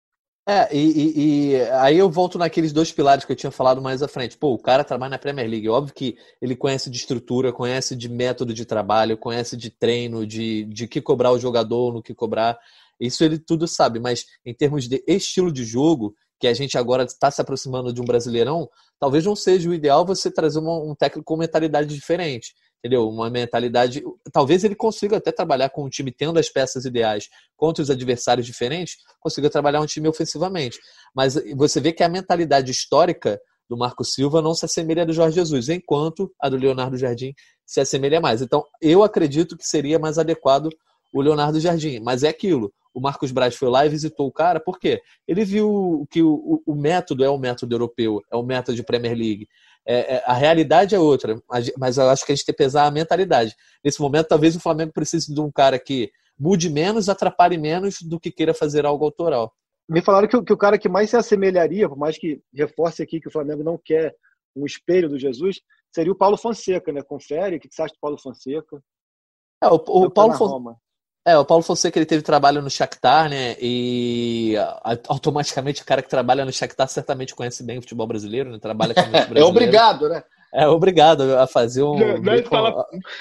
É, e, e, e aí eu volto naqueles dois pilares que eu tinha falado mais à frente. Pô, o cara trabalha na Premier League. Óbvio que ele conhece de estrutura, conhece de método de trabalho, conhece de treino, de, de que cobrar o jogador, no que cobrar. Isso ele tudo sabe, mas em termos de estilo de jogo, que a gente agora está se aproximando de um Brasileirão, talvez não seja o ideal você trazer uma, um técnico com mentalidade diferente, entendeu? Uma mentalidade... Talvez ele consiga até trabalhar com um time tendo as peças ideais contra os adversários diferentes, consiga trabalhar um time ofensivamente. Mas você vê que a mentalidade histórica do Marco Silva não se assemelha à do Jorge Jesus, enquanto a do Leonardo Jardim se assemelha mais. Então, eu acredito que seria mais adequado o Leonardo Jardim, mas é aquilo. O Marcos Braz foi lá e visitou o cara, por quê? Ele viu que o, o método é o método europeu, é o método de Premier League. É, é, a realidade é outra, mas eu acho que a gente tem que pesar a mentalidade. Nesse momento, talvez o Flamengo precise de um cara que mude menos, atrapalhe menos do que queira fazer algo autoral. Me falaram que, que o cara que mais se assemelharia, por mais que reforce aqui que o Flamengo não quer um espelho do Jesus, seria o Paulo Fonseca, né? Confere, o que você acha do Paulo Fonseca? É, o, o Paulo Fonseca. É, o Paulo Fonseca, ele teve trabalho no Shakhtar, né, e automaticamente o cara que trabalha no Shakhtar certamente conhece bem o futebol brasileiro, né, trabalha com o brasileiro. É obrigado, né? É obrigado a fazer um... Não, não fala...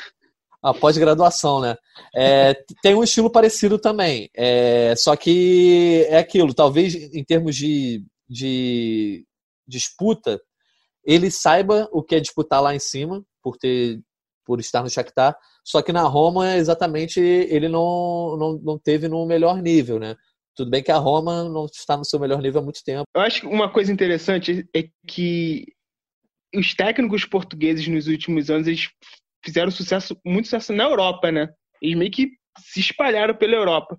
a pós-graduação, né? É, tem um estilo parecido também, é, só que é aquilo, talvez em termos de, de disputa, ele saiba o que é disputar lá em cima, por ter... por estar no Shakhtar, só que na Roma, exatamente, ele não, não, não teve no melhor nível, né? Tudo bem que a Roma não está no seu melhor nível há muito tempo. Eu acho que uma coisa interessante é que os técnicos portugueses nos últimos anos, eles fizeram sucesso, muito sucesso na Europa, né? Eles meio que se espalharam pela Europa.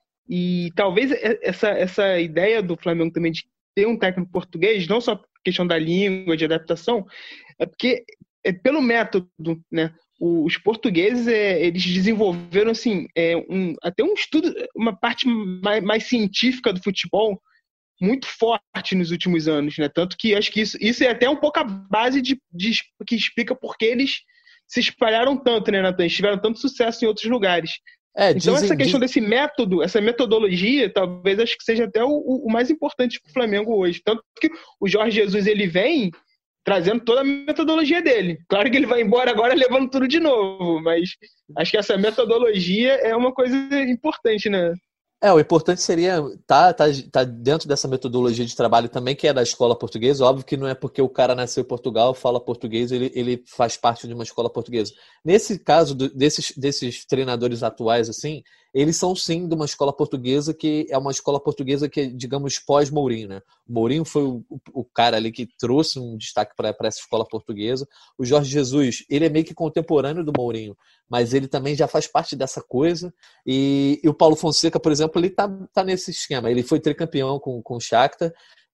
E talvez essa, essa ideia do Flamengo também de ter um técnico português, não só por questão da língua, de adaptação, é porque é pelo método, né? Os portugueses, é, eles desenvolveram assim, é, um, até um estudo, uma parte mais, mais científica do futebol muito forte nos últimos anos, né? Tanto que acho que isso, isso é até um pouco a base de, de, que explica por que eles se espalharam tanto, né, Nathan? Eles tiveram tanto sucesso em outros lugares. É, então dizem, essa questão dizem... desse método, essa metodologia, talvez acho que seja até o, o mais importante para o Flamengo hoje. Tanto que o Jorge Jesus, ele vem trazendo toda a metodologia dele. Claro que ele vai embora agora levando tudo de novo, mas acho que essa metodologia é uma coisa importante, né? É, o importante seria tá, tá, tá dentro dessa metodologia de trabalho também, que é da escola portuguesa. Óbvio que não é porque o cara nasceu em Portugal, fala português, ele, ele faz parte de uma escola portuguesa. Nesse caso, do, desses, desses treinadores atuais, assim, eles são sim de uma escola portuguesa, que é uma escola portuguesa que, digamos, pós-Mourinho, né? O Mourinho foi o, o cara ali que trouxe um destaque para essa escola portuguesa. O Jorge Jesus, ele é meio que contemporâneo do Mourinho, mas ele também já faz parte dessa coisa. E, e o Paulo Fonseca, por exemplo, ele tá, tá nesse esquema. Ele foi tricampeão com, com o Shakhtar.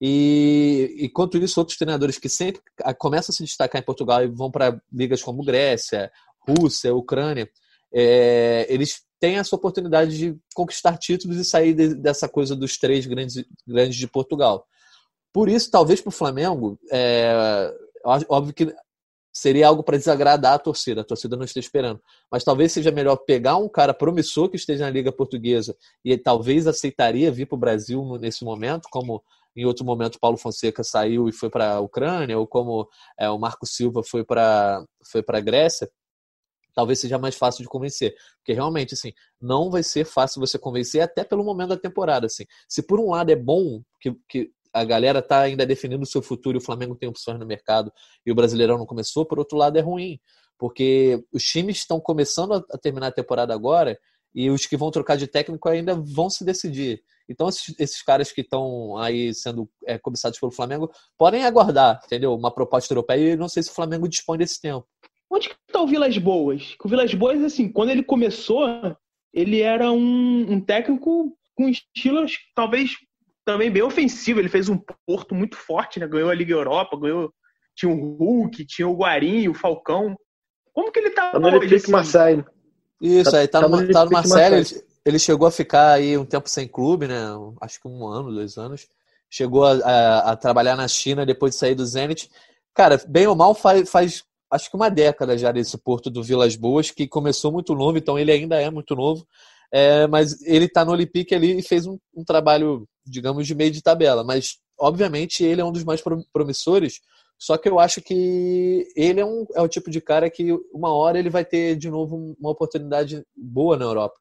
E enquanto isso, outros treinadores que sempre começam a se destacar em Portugal e vão para ligas como Grécia, Rússia, Ucrânia, é, eles têm essa oportunidade de conquistar títulos e sair de, dessa coisa dos três grandes, grandes de Portugal. Por isso, talvez para o Flamengo, é, óbvio que seria algo para desagradar a torcida, a torcida não está esperando, mas talvez seja melhor pegar um cara promissor que esteja na Liga Portuguesa e talvez aceitaria vir para o Brasil nesse momento, como em outro momento o Paulo Fonseca saiu e foi para a Ucrânia, ou como é, o Marco Silva foi para foi para a Grécia. Talvez seja mais fácil de convencer. Porque realmente, assim, não vai ser fácil você convencer até pelo momento da temporada. Assim. Se por um lado é bom que, que a galera está ainda definindo o seu futuro e o Flamengo tem opções no mercado e o Brasileirão não começou, por outro lado é ruim. Porque os times estão começando a terminar a temporada agora e os que vão trocar de técnico ainda vão se decidir. Então esses, esses caras que estão aí sendo é, cobiçados pelo Flamengo podem aguardar, entendeu? Uma proposta europeia e não sei se o Flamengo dispõe desse tempo. Onde que tá o Vilas Boas? O Vilas Boas, assim, quando ele começou, ele era um, um técnico com estilos talvez também bem ofensivo. Ele fez um Porto muito forte, né? Ganhou a Liga Europa, ganhou... Tinha o Hulk, tinha o Guarim, o Falcão. Como que ele tá, tá no Olympique assim? Marseille. Isso, tá, aí tá, tá no, tá no Marseille. Ele, ele chegou a ficar aí um tempo sem clube, né? Acho que um ano, dois anos. Chegou a, a, a trabalhar na China depois de sair do Zenit. Cara, bem ou mal faz... faz acho que uma década já desse Porto do Vilas Boas, que começou muito novo, então ele ainda é muito novo, é, mas ele está no Olympique ali e fez um, um trabalho, digamos, de meio de tabela, mas obviamente ele é um dos mais promissores, só que eu acho que ele é, um, é o tipo de cara que uma hora ele vai ter de novo uma oportunidade boa na Europa.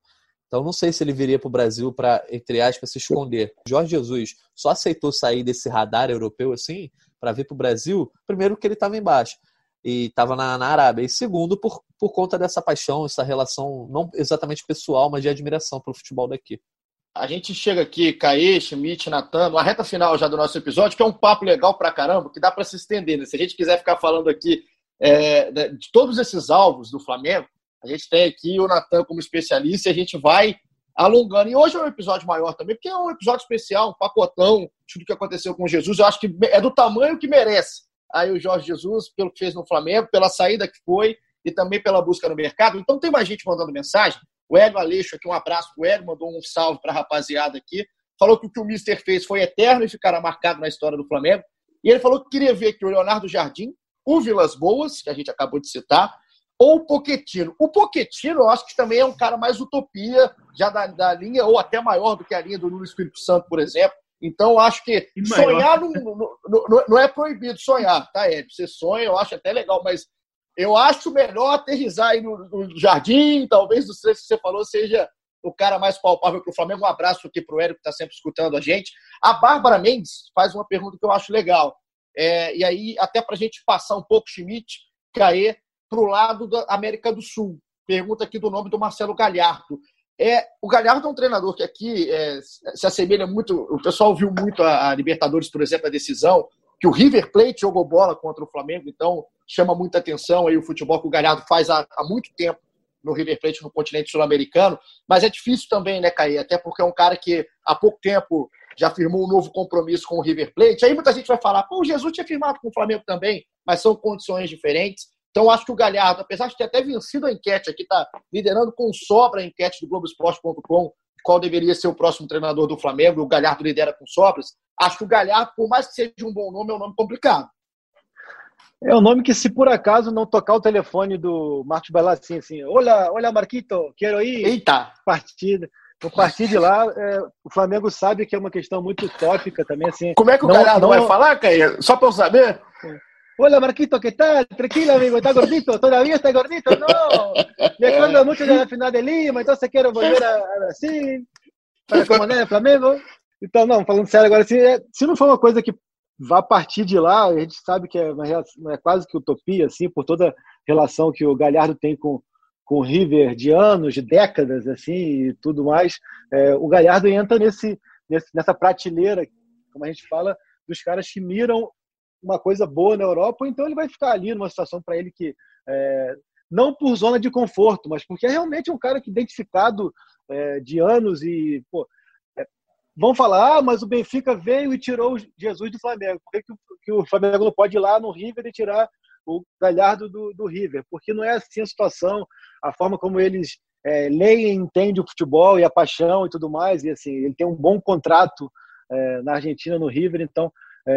Então não sei se ele viria para o Brasil para, entre aspas, se esconder. Jorge Jesus só aceitou sair desse radar europeu assim para vir para o Brasil, primeiro que ele estava embaixo e estava na, na Arábia, e segundo por, por conta dessa paixão, essa relação não exatamente pessoal, mas de admiração pelo futebol daqui. A gente chega aqui, Caê, Schmidt, Natan, na reta final já do nosso episódio, que é um papo legal pra caramba, que dá para se estender, né? Se a gente quiser ficar falando aqui é, de todos esses alvos do Flamengo, a gente tem aqui o Natan como especialista e a gente vai alongando. E hoje é um episódio maior também, porque é um episódio especial, um pacotão, tudo que aconteceu com Jesus. Eu acho que é do tamanho que merece aí o Jorge Jesus, pelo que fez no Flamengo, pela saída que foi e também pela busca no mercado. Então tem mais gente mandando mensagem. O Hélio Aleixo aqui, um abraço pro Hélio, mandou um salve para a rapaziada aqui. Falou que o que o Mister fez foi eterno e ficará marcado na história do Flamengo. E ele falou que queria ver que o Leonardo Jardim, o Vilas Boas, que a gente acabou de citar, ou o Pochettino. O Pochettino, eu acho que também é um cara mais utopia, já da, da linha, ou até maior do que a linha do Nuno Espírito Santo, por exemplo. Então, eu acho que sonhar não, não, não, não é proibido sonhar, tá, Hélio? Você sonha, eu acho até legal, mas eu acho melhor aterrissar aí no, no Jardim, talvez dos três que você falou seja o cara mais palpável para o Flamengo. Um abraço aqui para o Hélio, que está sempre escutando a gente. A Bárbara Mendes faz uma pergunta que eu acho legal. É, e aí, até para a gente passar um pouco, Schmidt, Caê, para o lado da América do Sul. Pergunta aqui do nome do Marcelo Galhardo. É, o Galhardo é um treinador que aqui é, se assemelha muito, o pessoal viu muito a, a Libertadores, por exemplo, a decisão, que o River Plate jogou bola contra o Flamengo, então chama muita atenção aí o futebol que o Galhardo faz há, há muito tempo no River Plate, no continente sul-americano, mas é difícil também, né, Caê? Até porque é um cara que há pouco tempo já firmou um novo compromisso com o River Plate. Aí muita gente vai falar, pô, o Jesus tinha firmado com o Flamengo também, mas são condições diferentes. Então, acho que o Galhardo, apesar de ter até vencido a enquete aqui, está liderando com sobra a enquete do Globo Esporte ponto com, qual deveria ser o próximo treinador do Flamengo, o Galhardo lidera com sobras. Acho que o Galhardo, por mais que seja um bom nome, é um nome complicado. É um nome que, se por acaso não tocar o telefone do Marcos Bellar assim, assim, olha, olha Marquito, quero ir. Eita! Partida. No partir de lá, é, o Flamengo sabe que é uma questão muito utópica também, assim. Como é que o não, Galhardo não... vai falar, Caê? Só para eu saber? Hola Marquito, ¿qué tal? Tranquilo, amigo, ¿está gordito? ¿Todavía está gordito? No, me acuerdo mucho de la final de Lima, entonces quiero volver a, a Brasil para comandar o Flamengo. Então, não, falando sério agora, se, se não for uma coisa que vá partir de lá, a gente sabe que é, uma, é quase que utopia, assim, por toda a relação que o Galhardo tem com, com o River de anos, de décadas, assim, e tudo mais, é, o Galhardo entra nesse, nesse, nessa prateleira, como a gente fala, dos caras que miram uma coisa boa na Europa, então ele vai ficar ali numa situação para ele que, é, não por zona de conforto, mas porque é realmente um cara que identificado é, de anos e, pô, é, vão falar, ah, mas o Benfica veio e tirou o Jesus do Flamengo, por que, que, que o Flamengo não pode ir lá no River e tirar o Galhardo do, do River? Porque não é assim a situação, a forma como eles é, leem e entendem o futebol e a paixão e tudo mais, e assim, ele tem um bom contrato é, na Argentina, no River, então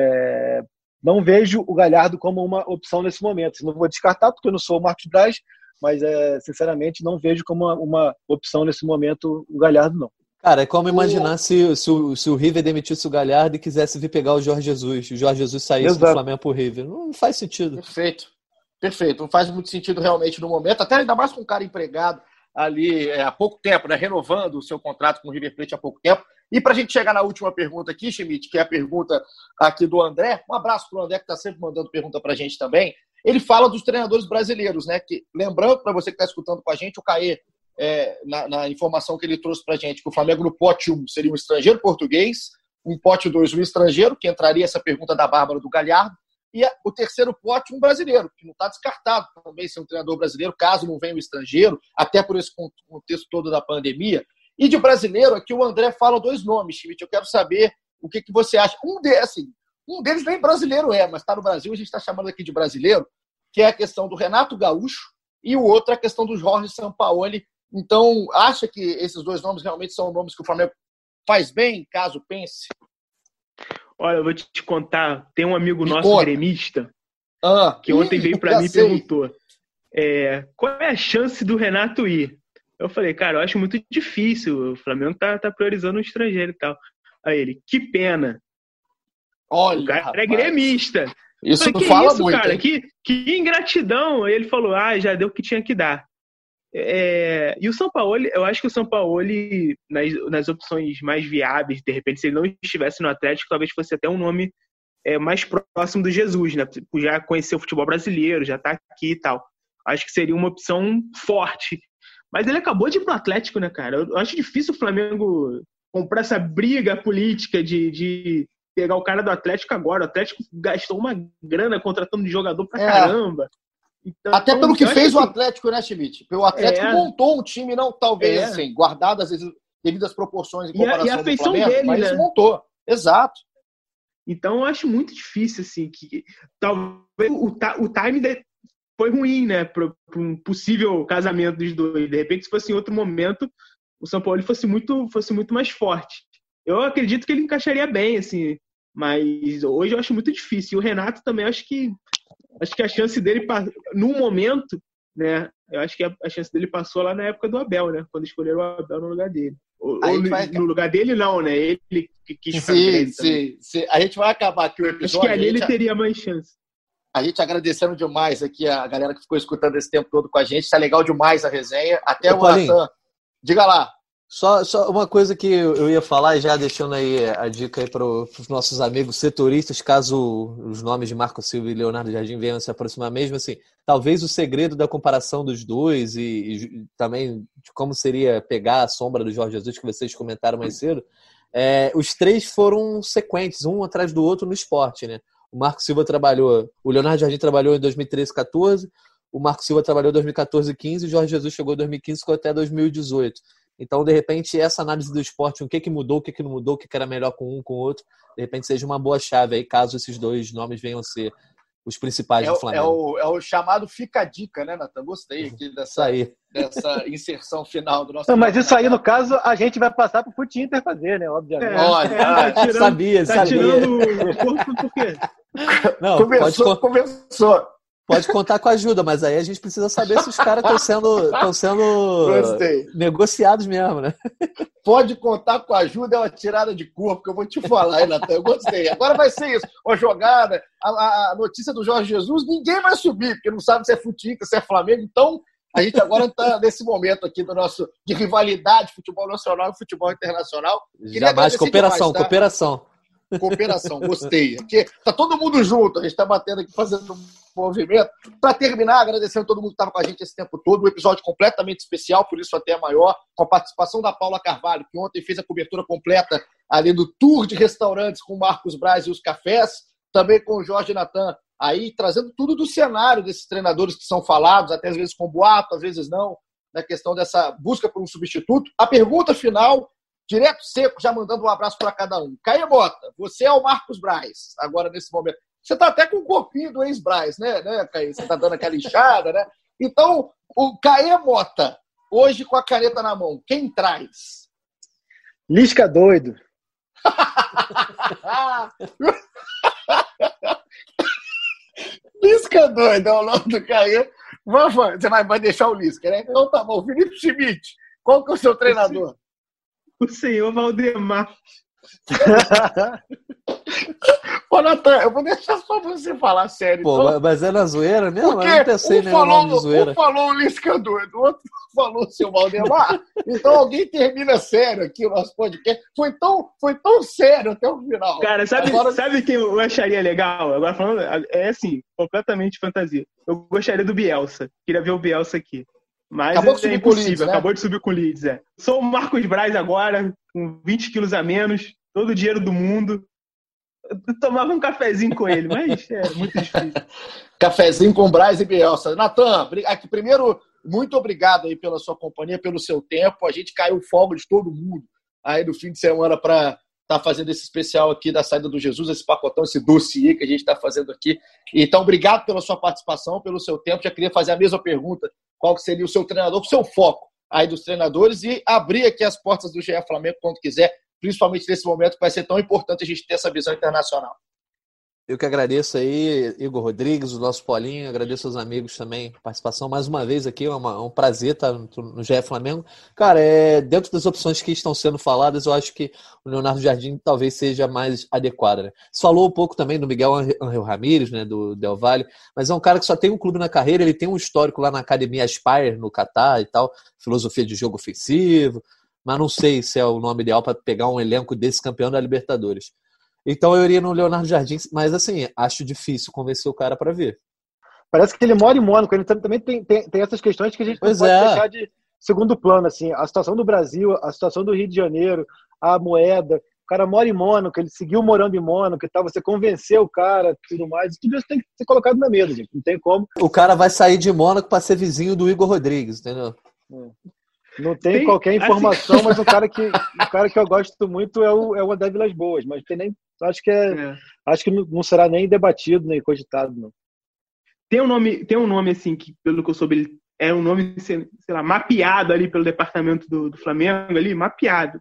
é, não vejo o Galhardo como uma opção nesse momento. Não vou descartar, porque eu não sou o Marcos Braz, mas, é, sinceramente, não vejo como uma, uma opção nesse momento o Galhardo, não. Cara, é como imaginar se, se, o, se o River demitisse o Galhardo e quisesse vir pegar o Jorge Jesus, o Jorge Jesus saísse Exato. do Flamengo pro River. Não faz sentido. Perfeito. Perfeito. Não faz muito sentido realmente no momento, até ainda mais com um cara empregado ali é, há pouco tempo, né, renovando o seu contrato com o River Plate há pouco tempo. E para a gente chegar na última pergunta aqui, Schmidt, que é a pergunta aqui do André, um abraço para o André, que está sempre mandando pergunta para a gente também. Ele fala dos treinadores brasileiros, né? Que, lembrando, para você que está escutando com a gente, o Caê, é, na, na informação que ele trouxe para a gente, que o Flamengo no pote um seria um estrangeiro português, um pote dois um estrangeiro, que entraria essa pergunta da Bárbara do Galhardo, e a, o terceiro pote um brasileiro, que não está descartado também ser um treinador brasileiro, caso não venha o estrangeiro, até por esse contexto todo da pandemia. E de brasileiro, aqui o André fala dois nomes, Schmidt. Eu quero saber o que, que você acha. Um deles, assim, um deles nem brasileiro é, mas está no Brasil, a gente está chamando aqui de brasileiro, que é a questão do Renato Gaúcho, e o outro é a questão do Jorge Sampaoli. Então, acha que esses dois nomes realmente são nomes que o Flamengo faz bem, caso pense? Olha, eu vou te contar, tem um amigo Me nosso conta. gremista, ah, que ontem veio para mim e sei. perguntou é, qual é a chance do Renato ir? Eu falei, cara, eu acho muito difícil, o Flamengo tá, tá priorizando o estrangeiro e tal. Aí ele, que pena. Olha, o cara rapaz. é gremista. Isso falei, não que fala isso, muito, cara, hein? que, que ingratidão. Aí ele falou, ah, já deu o que tinha que dar. É, e o Sampaoli, eu acho que o Sampaoli, nas, nas opções mais viáveis, de repente, se ele não estivesse no Atlético, talvez fosse até um nome é, mais próximo do Jesus, né? Já conhecer o futebol brasileiro, já tá aqui e tal. Acho que seria uma opção forte. Mas ele acabou de ir pro Atlético, né, cara? Eu acho difícil o Flamengo comprar essa briga política de, de pegar o cara do Atlético agora. O Atlético gastou uma grana contratando de jogador pra É. caramba. Então, Até pelo que eu fez acho o assim, Atlético, né, Schmidt? O Atlético É. montou um time, não talvez É. assim, guardado às vezes devido às proporções em E a- comparação e a do feição Flamengo, dele, mas né? montou. Exato. Então eu acho muito difícil, assim, que talvez o, ta- o time de- foi ruim, né, para um possível casamento dos dois. De repente, se fosse em outro momento, o São Paulo fosse muito, fosse muito mais forte. Eu acredito que ele encaixaria bem, assim, mas hoje eu acho muito difícil. E o Renato também, eu acho que acho que a chance dele, pa- no momento, né, eu acho que a, a chance dele passou lá na época do Abel, né, quando escolheram o Abel no lugar dele. Ou, Aí ou no, vai- no lugar dele, não, né, ele que quis ficar no Sim, Grêmio também. sim, sim. A gente vai acabar aqui o Acho episódio. que ali a ele gente- teria mais chance. A gente agradecendo demais aqui a galera que ficou escutando esse tempo todo com a gente. Tá legal demais a resenha. Até Ô, o Paulinho. Natan. Diga lá. Só, só uma coisa que eu ia falar, já deixando aí a dica aí para os nossos amigos setoristas, caso os nomes de Marco Silva e Leonardo Jardim venham se aproximar mesmo, assim, talvez o segredo da comparação dos dois e, e também de como seria pegar a sombra do Jorge Jesus, que vocês comentaram mais cedo, é, os três foram sequentes, um atrás do outro no esporte, né? O Marco Silva trabalhou, o Leonardo Jardim trabalhou em dois mil e treze, quatorze, o Marco Silva trabalhou em dois mil e quatorze, quinze, e o Jorge Jesus chegou em dois mil e quinze, ficou até dois mil e dezoito. Então, de repente, essa análise do esporte, o que, que mudou, o que, que não mudou, o que, que era melhor com um, com o outro, de repente seja uma boa chave aí, caso esses dois nomes venham a ser os principais É, do o- é, Flamengo. o, é o chamado Fica a Dica, né, Natan? Gostei aqui Isso dessa, aí. dessa inserção final do nosso Não, mas papo, isso aí, né? no caso, a gente vai passar pro Fute Inter fazer, né? Obviamente. É, Olha, é, tá tirando, sabia, tá sabia. tirando o corpo por quê? Não, pode, Começou, con- começou. pode contar com a ajuda, mas aí a gente precisa saber se os caras estão sendo, tão sendo Gostei. negociados mesmo, né? Pode contar com a ajuda, é uma tirada de corpo, que eu vou te falar, hein, Natan? Eu gostei. Agora vai ser isso. Uma jogada, a, a notícia do Jorge Jesus, ninguém vai subir, porque não sabe se é Futica, se é Flamengo. Então, a gente agora está nesse momento aqui do nosso, de rivalidade, futebol nacional e futebol internacional. Queria Jamais, agradecer cooperação, demais, tá? cooperação. Cooperação, gostei. Aqui, tá todo mundo junto, a gente está batendo aqui, fazendo um movimento. Para terminar, agradecendo a todo mundo que estava com a gente esse tempo todo, um episódio completamente especial, por isso até maior, com a participação da Paula Carvalho, que ontem fez a cobertura completa ali do tour de restaurantes com o Marcos Braz e os cafés, também com o Jorge Natan, aí trazendo tudo do cenário desses treinadores que são falados, até às vezes com boato, às vezes não, na questão dessa busca por um substituto. A pergunta final, direto seco, já mandando um abraço para cada um. Caê Mota, você é o Marcos Braz, agora nesse momento. Você está até com o corpinho do ex-Braz, né, né, Caê? Você está dando aquela inchada, né? Então, o Caê Mota, hoje com a caneta na mão, quem traz? Lisca doido. Lisca doido é o nome do Caê. Vamos, você vai, vai deixar o Lisca, né? Então tá bom. Felipe Schmidt, qual que é o seu treinador? O senhor Valdemar. Ô, Natan, eu vou deixar só você falar sério. Pô, então. mas é na zoeira mesmo? Porque Eu não pensei um nem no nome de falou, zoeira. um falou o Lisca doido, o outro falou o seu Valdemar. Então alguém termina sério aqui o nosso podcast. Foi tão, foi tão sério até o final. Cara, sabe, Agora- sabe quem eu acharia legal? Agora falando, é assim, completamente fantasia. Eu gostaria do Bielsa. Queria ver o Bielsa aqui. Mas Acabou de é subir com o impossível, Leeds, né? acabou de subir com o Leeds, é. Sou o Marcos Braz agora, com vinte quilos a menos, todo o dinheiro do mundo. Eu tomava um cafezinho com ele, mas é muito difícil. Cafezinho com Braz e Bielsa. Natan, aqui, primeiro, muito obrigado aí pela sua companhia, pelo seu tempo. A gente caiu fogo de todo mundo aí no fim de semana para estar tá fazendo esse especial aqui da saída do Jesus, esse pacotão, esse dossiê que a gente está fazendo aqui. Então, obrigado pela sua participação, pelo seu tempo. Já queria fazer a mesma pergunta. Qual que seria o seu treinador, o seu foco aí dos treinadores e abrir aqui as portas do G E Flamengo quando quiser, principalmente nesse momento que vai ser tão importante a gente ter essa visão internacional. Eu que agradeço aí, Igor Rodrigues, o nosso Paulinho, agradeço aos amigos também, a participação mais uma vez aqui, é uma, um prazer estar no, no G E Flamengo. Cara, é, dentro das opções que estão sendo faladas, eu acho que o Leonardo Jardim talvez seja mais adequado, né? Você falou um pouco também do Miguel Ángel Ramírez, né, do Del Valle, mas é um cara que só tem um clube na carreira, ele tem um histórico lá na Academia Aspire, no Catar e tal, filosofia de jogo ofensivo, mas não sei se é o nome ideal para pegar um elenco desse campeão da Libertadores. Então eu iria no Leonardo Jardim, mas assim, acho difícil convencer o cara para ver. Parece que ele mora em Mônaco, ele também tem, tem, tem essas questões que a gente pois não pode é. deixar de segundo plano, assim, a situação do Brasil, a situação do Rio de Janeiro, a moeda, o cara mora em Mônaco, ele seguiu morando em Mônaco e tal, você convenceu o cara, tudo mais, tudo isso tem que ser colocado na mesa, gente, não tem como. O cara vai sair de Mônaco para ser vizinho do Igor Rodrigues, entendeu? Não tem, tem qualquer informação, assim... mas o cara, que, o cara que eu gosto muito é o, é o André Vilas Boas, mas tem nem, acho que, é, é. Acho que não será nem debatido, nem cogitado, não. Tem um nome, tem um nome assim, que pelo que eu soube, ele é um nome, sei lá, mapeado ali pelo departamento do, do Flamengo, ali, mapeado.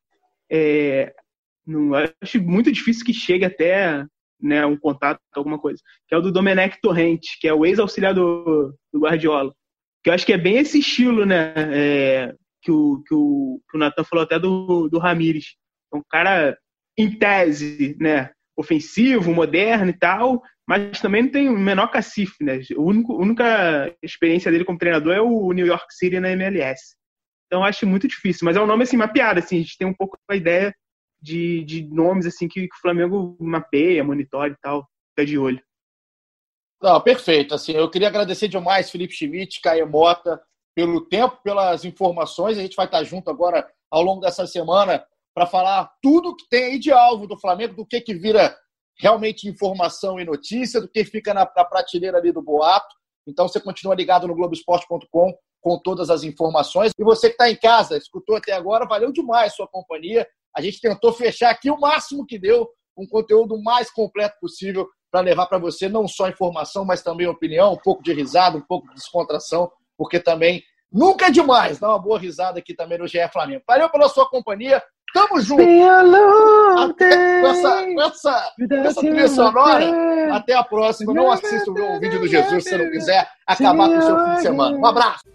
É, não, acho muito difícil que chegue até, né, um contato, alguma coisa, que é o do Domenech Torrente, que é o ex-auxiliar do, do Guardiola, que eu acho que é bem esse estilo, né, é, que o, que o, que o Nathan falou até do, do Ramírez. É um cara, em tese, né, ofensivo, moderno e tal, mas também não tem o menor cacife, né? A única experiência dele como treinador é o New York City na M L S. Então eu acho muito difícil, mas é um nome assim, mapeado, assim, a gente tem um pouco a ideia de, de nomes assim que, que o Flamengo mapeia, monitora e tal, fica de olho. Não, perfeito. Assim, eu queria agradecer demais Felipe Schmidt, Caê Mota, pelo tempo, pelas informações. A gente vai estar junto agora ao longo dessa semana para falar tudo que tem aí de alvo do Flamengo, do que, que vira realmente informação e notícia, do que fica na, na prateleira ali do boato. Então você continua ligado no Globo Esporte ponto com com todas as informações. E você que está em casa, escutou até agora, valeu demais a sua companhia. A gente tentou fechar aqui o máximo que deu, um conteúdo mais completo possível para levar para você não só informação, mas também opinião, um pouco de risada, um pouco de descontração, porque também nunca é demais dar uma boa risada aqui também no G E Flamengo. Valeu pela sua companhia. Tamo junto! Até, com essa, com essa, com essa trilha sonora, até a próxima. Não assista o vídeo do Jesus se você não quiser acabar com o seu fim de semana. Um abraço!